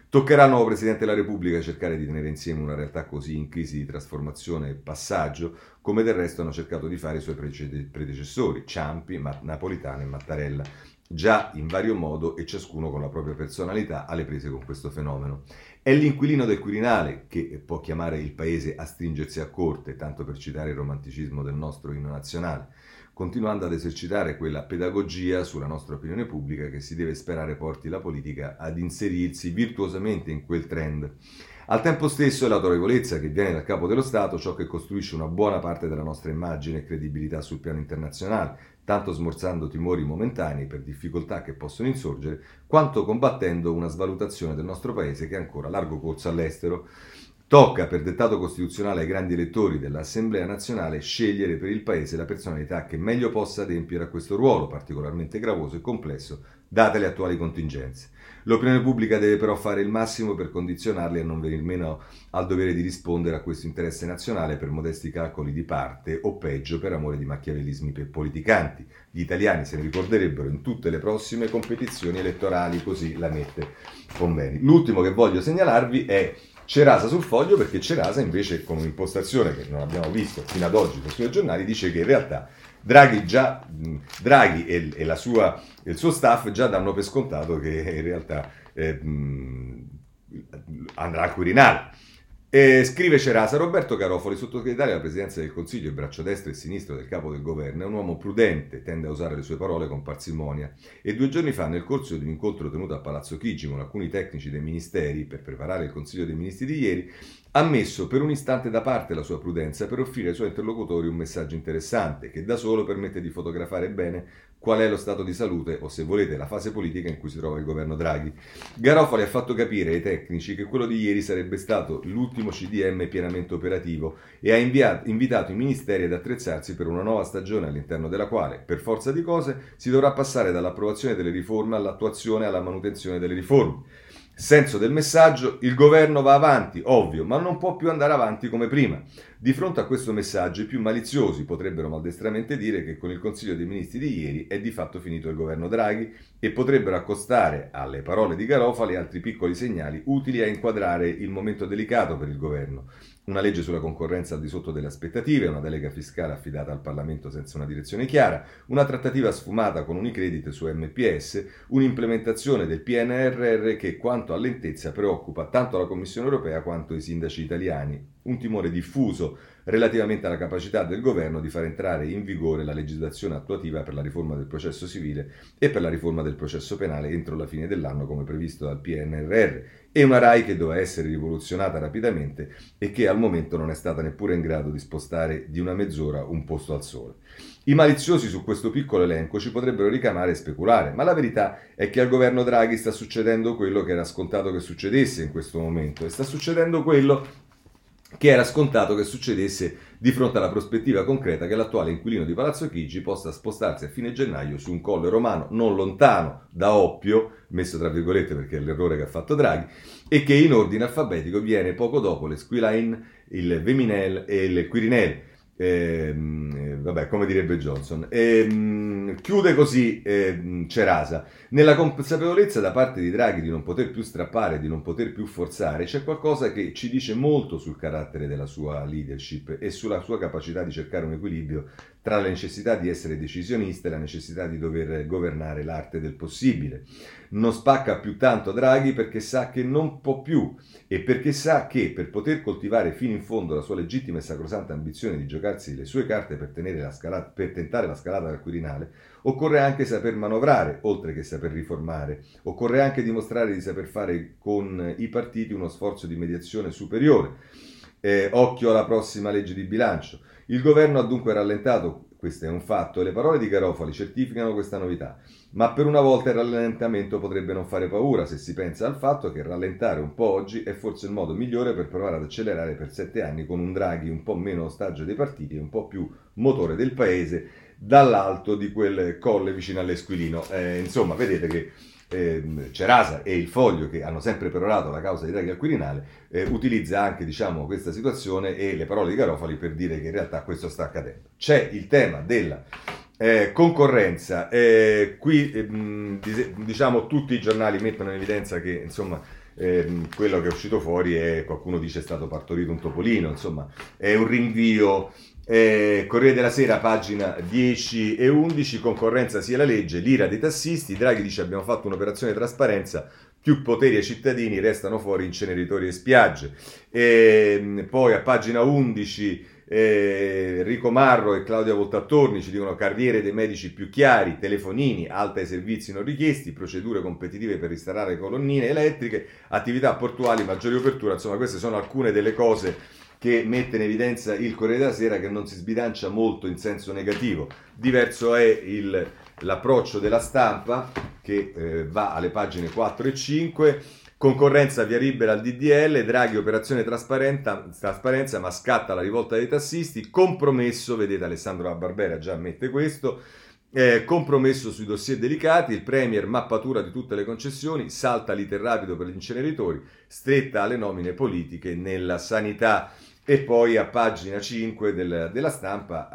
Toccherà al nuovo Presidente della Repubblica cercare di tenere insieme una realtà così in crisi di trasformazione e passaggio, come del resto hanno cercato di fare i suoi predecessori, Ciampi, Napolitano e Mattarella, già in vario modo e ciascuno con la propria personalità alle prese con questo fenomeno. È l'inquilino del Quirinale che può chiamare il paese a stringersi a corte, tanto per citare il romanticismo del nostro inno nazionale, continuando ad esercitare quella pedagogia sulla nostra opinione pubblica che si deve sperare porti la politica ad inserirsi virtuosamente in quel trend. Al tempo stesso è l'autorevolezza che viene dal capo dello Stato ciò che costruisce una buona parte della nostra immagine e credibilità sul piano internazionale, tanto smorzando timori momentanei per difficoltà che possono insorgere, quanto combattendo una svalutazione del nostro paese che è ancora a largo corso all'estero. Tocca per dettato costituzionale ai grandi elettori dell'Assemblea nazionale scegliere per il Paese la personalità che meglio possa adempiere a questo ruolo, particolarmente gravoso e complesso, date le attuali contingenze. L'opinione pubblica deve però fare il massimo per condizionarli a non venir meno al dovere di rispondere a questo interesse nazionale per modesti calcoli di parte o peggio per amore di macchiavellismi politicanti. Gli italiani se ne ricorderebbero in tutte le prossime competizioni elettorali, così la mette Pombeni. L'ultimo che voglio segnalarvi è Cerasa sul Foglio, perché Cerasa invece con un'impostazione che non abbiamo visto fino ad oggi sui giornali dice che in realtà Draghi e il suo staff già danno per scontato che in realtà andrà al Quirinale. Scrive Cerasa: Roberto Garofoli, sottosegretario alla Presidenza del Consiglio e braccio destro e sinistro del capo del governo, è un uomo prudente, tende a usare le sue parole con parsimonia e 2 giorni fa, nel corso di un incontro tenuto a Palazzo Chigi con alcuni tecnici dei ministeri per preparare il Consiglio dei Ministri di ieri, ha messo per un istante da parte la sua prudenza per offrire ai suoi interlocutori un messaggio interessante che da solo permette di fotografare bene qual è lo stato di salute o, se volete, la fase politica in cui si trova il governo Draghi. Garofoli ha fatto capire ai tecnici che quello di ieri sarebbe stato l'ultimo CDM pienamente operativo e ha invitato i ministeri ad attrezzarsi per una nuova stagione all'interno della quale, per forza di cose, si dovrà passare dall'approvazione delle riforme all'attuazione e alla manutenzione delle riforme. Senso del messaggio: il governo va avanti, ovvio, ma non può più andare avanti come prima. Di fronte a questo messaggio i più maliziosi potrebbero maldestramente dire che con il Consiglio dei Ministri di ieri è di fatto finito il governo Draghi e potrebbero accostare alle parole di Garofali altri piccoli segnali utili a inquadrare il momento delicato per il governo. Una legge sulla concorrenza al di sotto delle aspettative, una delega fiscale affidata al Parlamento senza una direzione chiara, una trattativa sfumata con Unicredit su MPS, un'implementazione del PNRR che quanto a lentezza preoccupa tanto la Commissione europea quanto i sindaci italiani, un timore diffuso relativamente alla capacità del governo di far entrare in vigore la legislazione attuativa per la riforma del processo civile e per la riforma del processo penale entro la fine dell'anno come previsto dal PNRR, e una RAI che doveva essere rivoluzionata rapidamente e che al momento non è stata neppure in grado di spostare di una mezz'ora un posto al sole. I maliziosi su questo piccolo elenco ci potrebbero ricamare e speculare, ma la verità è che al governo Draghi sta succedendo quello che era scontato che succedesse in questo momento e sta succedendo quello che era scontato che succedesse di fronte alla prospettiva concreta che l'attuale inquilino di Palazzo Chigi possa spostarsi a fine gennaio su un colle romano non lontano da Oppio, messo tra virgolette perché è l'errore che ha fatto Draghi, e che in ordine alfabetico viene poco dopo l'Esquiline, il Viminel e il Quirinale. Vabbè, come direbbe Johnson. Chiude così Cerasa. Nella consapevolezza da parte di Draghi di non poter più strappare, di non poter più forzare, c'è qualcosa che ci dice molto sul carattere della sua leadership e sulla sua capacità di cercare un equilibrio tra la necessità di essere decisionista e la necessità di dover governare l'arte del possibile. Non spacca più tanto Draghi perché sa che non può più e perché sa che per poter coltivare fino in fondo la sua legittima e sacrosanta ambizione di giocarsi le sue carte per tentare la scalata al Quirinale, occorre anche saper manovrare, oltre che saper riformare. Occorre anche dimostrare di saper fare con i partiti uno sforzo di mediazione superiore. Occhio alla prossima legge di bilancio. Il governo ha dunque rallentato, questo è un fatto, e le parole di Garofali certificano questa novità. Ma per una volta il rallentamento potrebbe non fare paura se si pensa al fatto che rallentare un po' oggi è forse il modo migliore per provare ad accelerare per 7 anni con un Draghi un po' meno ostaggio dei partiti e un po' più motore del paese dall'alto di quel colle vicino all'Esquilino. Insomma, vedete che Cerasa e il Foglio, che hanno sempre perorato la causa di Draghi al Quirinale, utilizza anche questa situazione e le parole di Garofali per dire che in realtà questo sta accadendo. C'è il tema della concorrenza. Qui tutti i giornali mettono in evidenza che insomma quello che è uscito fuori è, qualcuno dice, è stato partorito un topolino, insomma è un rinvio. Corriere della Sera, pagina 10 e 11, concorrenza sia la legge, l'ira dei tassisti, Draghi dice abbiamo fatto un'operazione di trasparenza, più poteri ai cittadini, restano fuori inceneritori e spiagge. Poi a pagina 11 Enrico Marro e Claudia Voltattorni ci dicono carriere dei medici più chiari, telefonini, alta ai servizi non richiesti, procedure competitive per installare colonnine elettriche, attività portuali, maggiori aperture. Insomma, queste sono alcune delle cose che mette in evidenza il Corriere della Sera, che non si sbilancia molto in senso negativo. Diverso è l'approccio della Stampa, che va alle pagine 4 e 5. Concorrenza via libera al DDL, Draghi operazione trasparenza, ma scatta la rivolta dei tassisti, compromesso, vedete Alessandro Barbera già ammette questo, compromesso sui dossier delicati, il Premier mappatura di tutte le concessioni, salta l'iter rapido per gli inceneritori, stretta alle nomine politiche nella sanità. E poi a pagina 5 della Stampa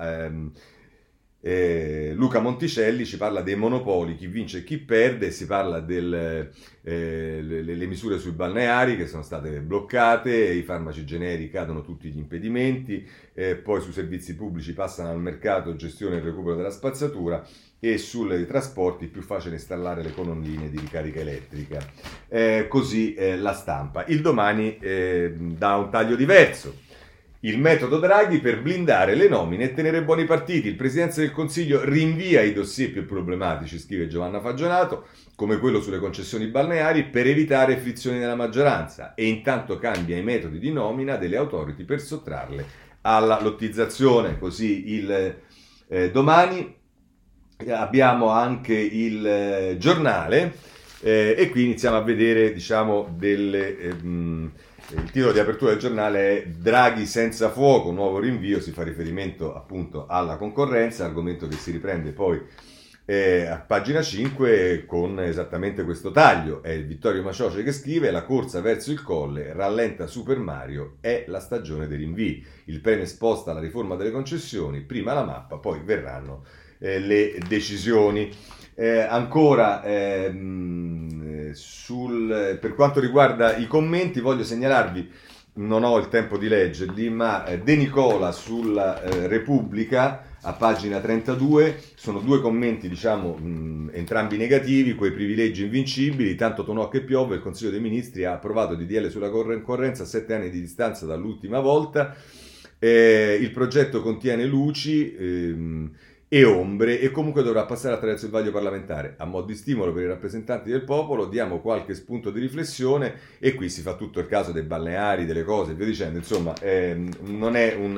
Luca Monticelli ci parla dei monopoli, chi vince e chi perde, si parla delle misure sui balneari che sono state bloccate, i farmaci generici cadono tutti gli impedimenti, poi sui servizi pubblici passano al mercato, gestione e recupero della spazzatura, e sui trasporti più facile installare le colonnine di ricarica elettrica. Così la Stampa. Il Domani dà un taglio diverso. Il metodo Draghi per blindare le nomine e tenere buoni partiti. Il Presidente del Consiglio rinvia i dossier più problematici, scrive Giovanna Fagionato, come quello sulle concessioni balneari, per evitare frizioni nella maggioranza, e intanto cambia i metodi di nomina delle authority per sottrarle alla lottizzazione. Così il Domani. Abbiamo anche il Giornale, e qui iniziamo a vedere, diciamo, il titolo di apertura del giornale è Draghi senza fuoco, nuovo rinvio, si fa riferimento appunto alla concorrenza, argomento che si riprende poi a pagina 5 con esattamente questo taglio. È Vittorio Macioce che scrive: la corsa verso il Colle rallenta Super Mario, è la stagione dei rinvii, il Premier sposta la riforma delle concessioni, prima la mappa, poi verranno le decisioni. Ancora per quanto riguarda i commenti, voglio segnalarvi, non ho il tempo di leggerli, ma De Nicola sulla Repubblica a pagina 32 sono due commenti, diciamo, entrambi negativi. Quei privilegi invincibili, tanto tonò che piove, il Consiglio dei Ministri ha approvato il DDL sulla concorrenza a 7 anni di distanza dall'ultima volta, il progetto contiene luci e ombre, e comunque dovrà passare attraverso il vaglio parlamentare. A mo' di stimolo per i rappresentanti del popolo diamo qualche spunto di riflessione, e qui si fa tutto il caso dei balneari, delle cose e via dicendo. Insomma, non è un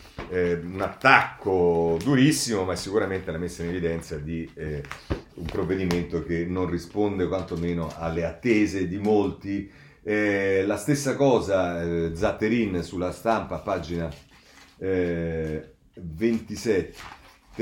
attacco durissimo, ma è sicuramente la messa in evidenza di un provvedimento che non risponde quantomeno alle attese di molti. La stessa cosa Zatterin sulla Stampa, pagina 27.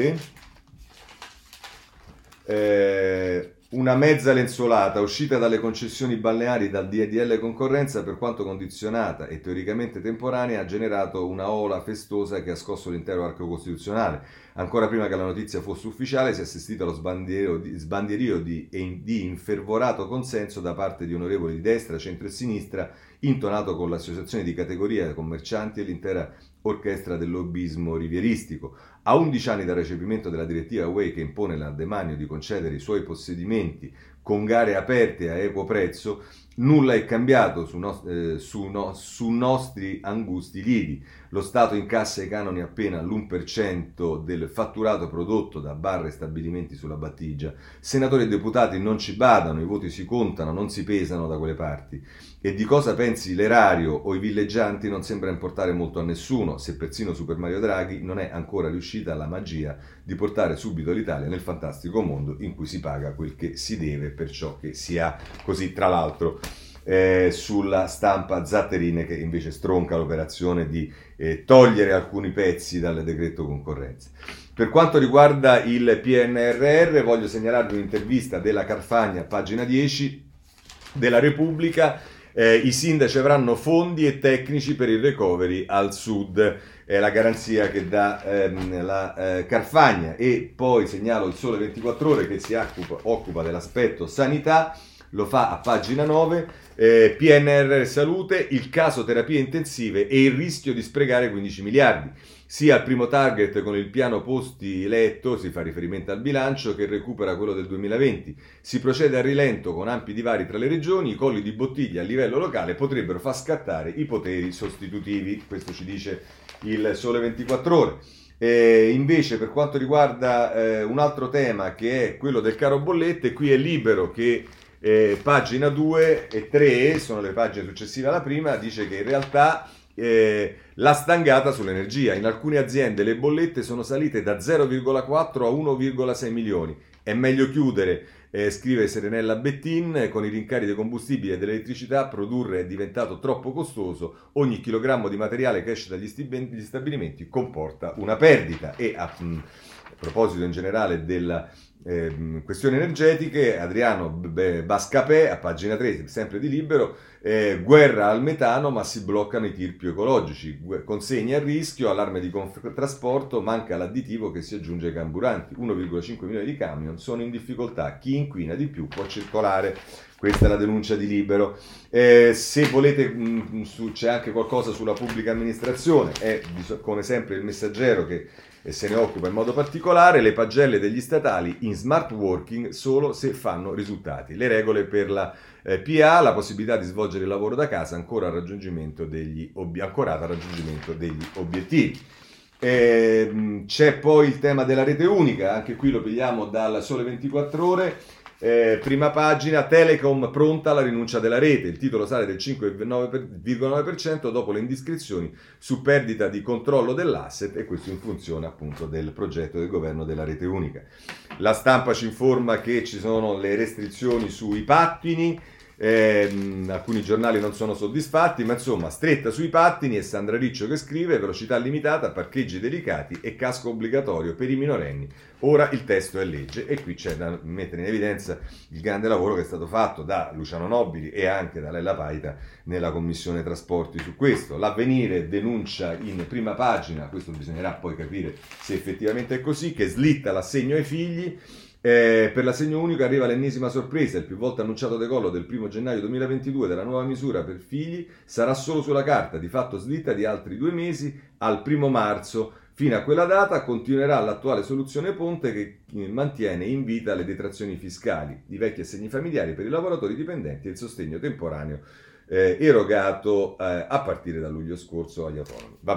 Una mezza lenzuolata uscita dalle concessioni balneari dal DDL concorrenza, per quanto condizionata e teoricamente temporanea, ha generato una ola festosa che ha scosso l'intero arco costituzionale. Ancora prima che la notizia fosse ufficiale si è assistito allo sbandierio di infervorato consenso da parte di onorevoli di destra, centro e sinistra, intonato con l'associazione di categoria commercianti e l'intera orchestra del lobbismo rivieristico. A 11 anni dal recepimento della direttiva UE che impone al demanio di concedere i suoi possedimenti con gare aperte a equo prezzo, nulla è cambiato su nostri angusti lidi. Lo Stato incassa i canoni appena l'1% del fatturato prodotto da bar e stabilimenti sulla battigia. Senatori e deputati non ci badano, i voti si contano, non si pesano da quelle parti. E di cosa pensi l'erario o i villeggianti non sembra importare molto a nessuno, se persino Super Mario Draghi non è ancora riuscita la magia di portare subito l'Italia nel fantastico mondo in cui si paga quel che si deve per ciò che si ha. Così, tra l'altro, sulla Stampa Zatterin, che invece stronca l'operazione di togliere alcuni pezzi dal decreto concorrenza. Per quanto riguarda il PNRR, voglio segnalarvi un'intervista della Carfagna, pagina 10, della Repubblica. I sindaci avranno fondi e tecnici per il recovery al sud, è la garanzia che dà la Carfagna. E poi segnalo il Sole 24 Ore che si occupa dell'aspetto sanità. lo fa a pagina 9, PNRR salute, il caso terapie intensive e il rischio di sprecare 15 miliardi. Sia al primo target con il piano posti letto, si fa riferimento al bilancio, che recupera quello del 2020. Si procede a rilento con ampi divari tra le regioni, i colli di bottiglia a livello locale potrebbero far scattare i poteri sostitutivi, questo ci dice il Sole 24 Ore. Invece per quanto riguarda un altro tema che è quello del caro bollette, qui è Libero che pagina 2 e 3, sono le pagine successive alla prima, dice che in realtà la stangata sull'energia. In alcune aziende le bollette sono salite da 0,4 a 1,6 milioni. È meglio chiudere, scrive Serenella Bettin, con i rincari dei combustibili e dell'elettricità produrre è diventato troppo costoso, ogni chilogrammo di materiale che esce dagli stabilimenti comporta una perdita. E a proposito in generale della questioni energetiche, Adriano Bascapè a pagina 3, sempre di Libero, guerra al metano ma si bloccano i tir più ecologici, consegne a rischio, allarme di trasporto, manca l'additivo che si aggiunge ai carburanti, 1,5 milioni di camion sono in difficoltà, chi inquina di più può circolare. Questa è la denuncia di Libero. Se volete, c'è anche qualcosa sulla pubblica amministrazione, è come sempre il Messaggero che se ne occupa in modo particolare, le pagelle degli statali in smart working solo se fanno risultati. Le regole per la PA, la possibilità di svolgere il lavoro da casa ancorata al raggiungimento degli obiettivi. C'è poi il tema della rete unica, anche qui lo pigliamo dal Sole 24 Ore. Prima pagina, Telecom pronta alla rinuncia della rete, il titolo sale del 5,9% dopo le indiscrezioni su perdita di controllo dell'asset, e questo in funzione appunto del progetto del governo della rete unica. La Stampa ci informa che ci sono le restrizioni sui pattini, alcuni giornali non sono soddisfatti, ma insomma stretta sui pattini, e Sandra Riccio che scrive velocità limitata, parcheggi delicati e casco obbligatorio per i minorenni. Ora il testo è legge, e qui c'è da mettere in evidenza il grande lavoro che è stato fatto da Luciano Nobili e anche da Lella Paita nella Commissione Trasporti su questo. L'Avvenire denuncia in prima pagina, questo bisognerà poi capire se effettivamente è così, che slitta l'assegno ai figli. Per l'assegno unico arriva l'ennesima sorpresa, il più volte annunciato decollo del 1 gennaio 2022 della nuova misura per figli sarà solo sulla carta, di fatto slitta di altri 2 mesi al 1 marzo. Fino a quella data continuerà l'attuale soluzione ponte che mantiene in vita le detrazioni fiscali, i vecchi assegni familiari per i lavoratori dipendenti e il sostegno temporaneo erogato a partire da luglio scorso agli autonomi. Va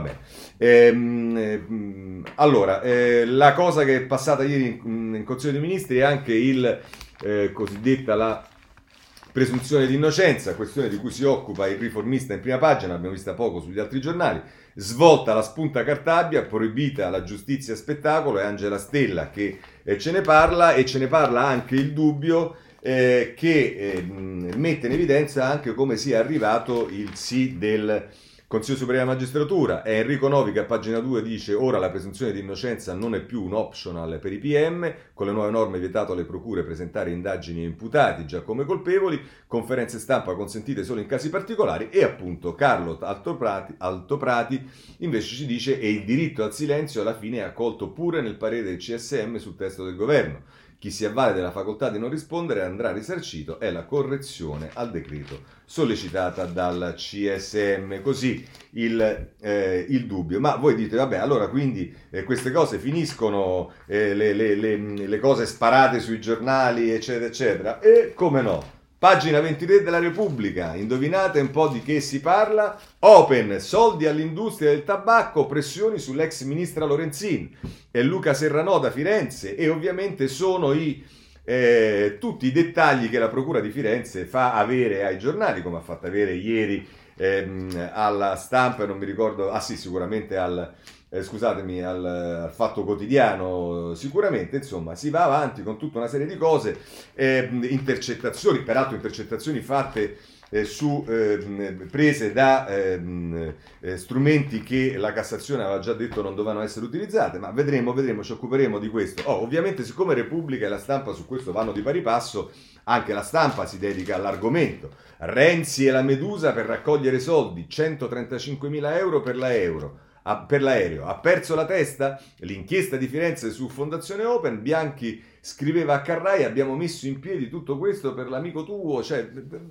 bene. Allora, la cosa che è passata ieri in Consiglio dei Ministri è anche il cosiddetta la presunzione di innocenza, questione di cui si occupa il Riformista in prima pagina, l'abbiamo vista poco sugli altri giornali. Svolta la spunta Cartabia, proibita la giustizia spettacolo, è Angela Stella che ce ne parla, e ce ne parla anche il Dubbio, che mette in evidenza anche come sia arrivato il sì del Consiglio Superiore della Magistratura. È Enrico Novi che a pagina 2 dice: ora la presunzione di innocenza non è più un optional per i PM, con le nuove norme è vietato alle procure presentare indagini e imputati già come colpevoli, conferenze stampa consentite solo in casi particolari, e appunto Carlo Altoprati invece ci dice: e il diritto al silenzio alla fine è accolto pure nel parere del CSM sul testo del governo. Chi si avvale della facoltà di non rispondere andrà risarcito, è la correzione al decreto sollecitata dal CSM. Così il Dubbio. Ma voi dite, vabbè, allora quindi queste cose finiscono, le cose sparate sui giornali, eccetera, eccetera. E come no? Pagina 23 della Repubblica, indovinate un po' di che si parla? Open, soldi all'industria del tabacco, pressioni sull'ex ministra Lorenzin. E Luca Serranò da Firenze, e ovviamente sono tutti i dettagli che la Procura di Firenze fa avere ai giornali, come ha fatto avere ieri alla Stampa, non mi ricordo, sicuramente al Fatto Quotidiano, sicuramente, insomma, si va avanti con tutta una serie di cose, intercettazioni, peraltro intercettazioni fatte prese da strumenti che la Cassazione aveva già detto non dovevano essere utilizzate, ma vedremo, ci occuperemo di questo. Ovviamente, siccome Repubblica e la Stampa su questo vanno di pari passo, anche la Stampa si dedica all'argomento. Renzi e la Medusa per raccogliere soldi, 135.000 euro per la Euro. per l'aereo. Ha perso la testa? L'inchiesta di Firenze su Fondazione Open, Bianchi scriveva a Carrai, abbiamo messo in piedi tutto questo per l'amico tuo, cioè...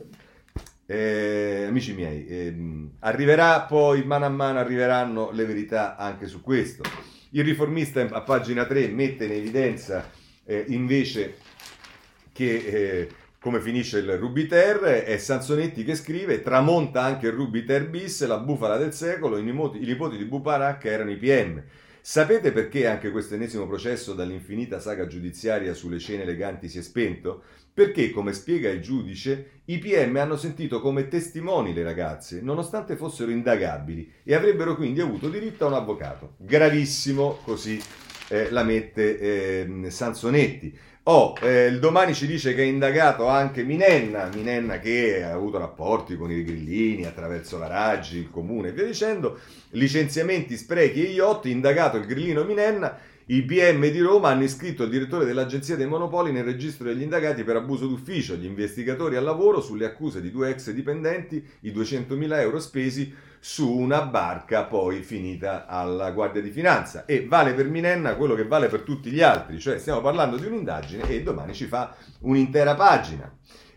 amici miei, arriverà poi, mano a mano arriveranno le verità anche su questo. Il Riformista a pagina 3 mette in evidenza invece che come finisce il Rubiter, è Sansonetti che scrive: tramonta anche il Rubiter bis, la bufala del secolo, i nipoti di Buparak erano i PM. Sapete perché anche questo ennesimo processo dall'infinita saga giudiziaria sulle cene eleganti si è spento? Perché, come spiega il giudice, i PM hanno sentito come testimoni le ragazze, nonostante fossero indagabili, e avrebbero quindi avuto diritto a un avvocato. Gravissimo, così la mette Sansonetti. Il Domani ci dice che è indagato anche Minenna che ha avuto rapporti con i grillini attraverso la Raggi, il comune e via dicendo, licenziamenti, sprechi e yacht, indagato il grillino Minenna. I PM di Roma hanno iscritto il direttore dell'Agenzia dei Monopoli nel registro degli indagati per abuso d'ufficio, gli investigatori al lavoro sulle accuse di 2 ex dipendenti, i 200.000 euro spesi su una barca poi finita alla Guardia di Finanza. E vale per Minenna quello che vale per tutti gli altri, cioè stiamo parlando di un'indagine e Domani ci fa un'intera pagina.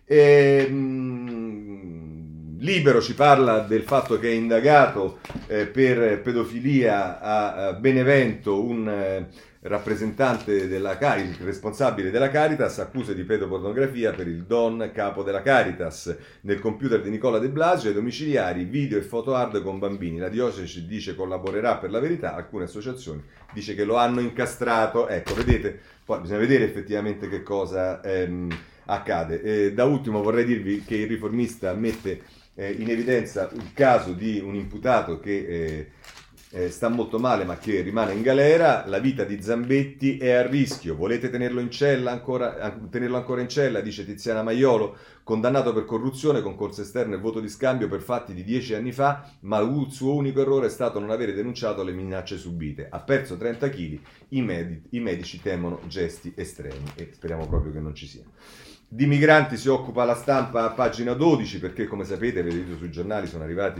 Libero ci parla del fatto che è indagato per pedofilia a Benevento un rappresentante della Caritas, responsabile della Caritas, accuse di pedopornografia per il Don capo della Caritas. Nel computer di Nicola De Blasio ai domiciliari video e foto hard con bambini. La diocesi dice collaborerà per la verità, alcune associazioni dice che lo hanno incastrato. Ecco, vedete, poi bisogna vedere effettivamente che cosa accade. Da ultimo vorrei dirvi che il Riformista mette in evidenza il caso di un imputato che sta molto male ma che rimane in galera. La vita di Zambetti è a rischio, volete tenerlo in cella tenerlo ancora in cella, dice Tiziana Maiolo, condannato per corruzione, concorso esterno e voto di scambio per fatti di 10 anni fa, ma il suo unico errore è stato non avere denunciato le minacce subite. Ha perso 30 kg, i medici temono gesti estremi e speriamo proprio che non ci siano. Di migranti si occupa La Stampa a pagina 12 perché, come sapete, avete visto sui giornali, sono arrivati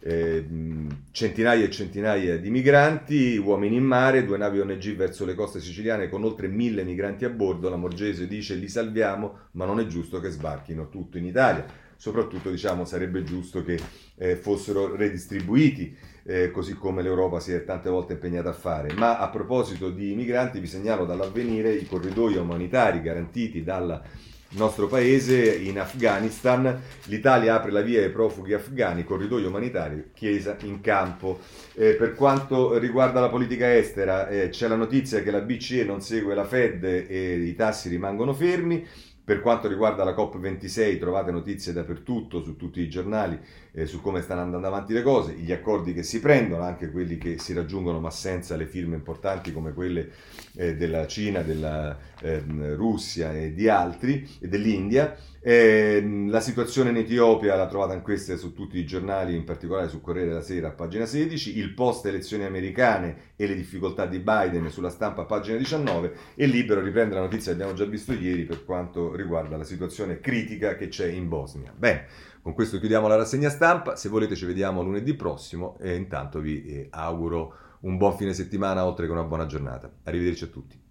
centinaia e centinaia di migranti, uomini in mare, 2 navi ONG verso le coste siciliane con oltre 1.000 migranti a bordo. La Morgese dice li salviamo, ma non è giusto che sbarchino tutto in Italia. Soprattutto, diciamo, sarebbe giusto che fossero redistribuiti, così come l'Europa si è tante volte impegnata a fare. Ma a proposito di migranti vi segnalo dall'Avvenire i corridoi umanitari garantiti dal nostro paese in Afghanistan. L'Italia apre la via ai profughi afghani, corridoio umanitario, Chiesa in campo. Per quanto riguarda la politica estera, c'è la notizia che la BCE non segue la Fed e i tassi rimangono fermi. Per quanto riguarda la COP26 trovate notizie dappertutto, su tutti i giornali, su come stanno andando avanti le cose, gli accordi che si prendono, anche quelli che si raggiungono ma senza le firme importanti come quelle della Cina, della Russia e di altri, e dell'India. La situazione in Etiopia la trovate anche su tutti i giornali, in particolare sul Corriere della Sera a pagina 16, il post elezioni americane e le difficoltà di Biden sulla Stampa a pagina 19, e Libero riprende la notizia che abbiamo già visto ieri per quanto riguarda la situazione critica che c'è in Bosnia. Bene, con questo chiudiamo la rassegna stampa, se volete ci vediamo lunedì prossimo e intanto vi auguro un buon fine settimana oltre che una buona giornata. Arrivederci a tutti.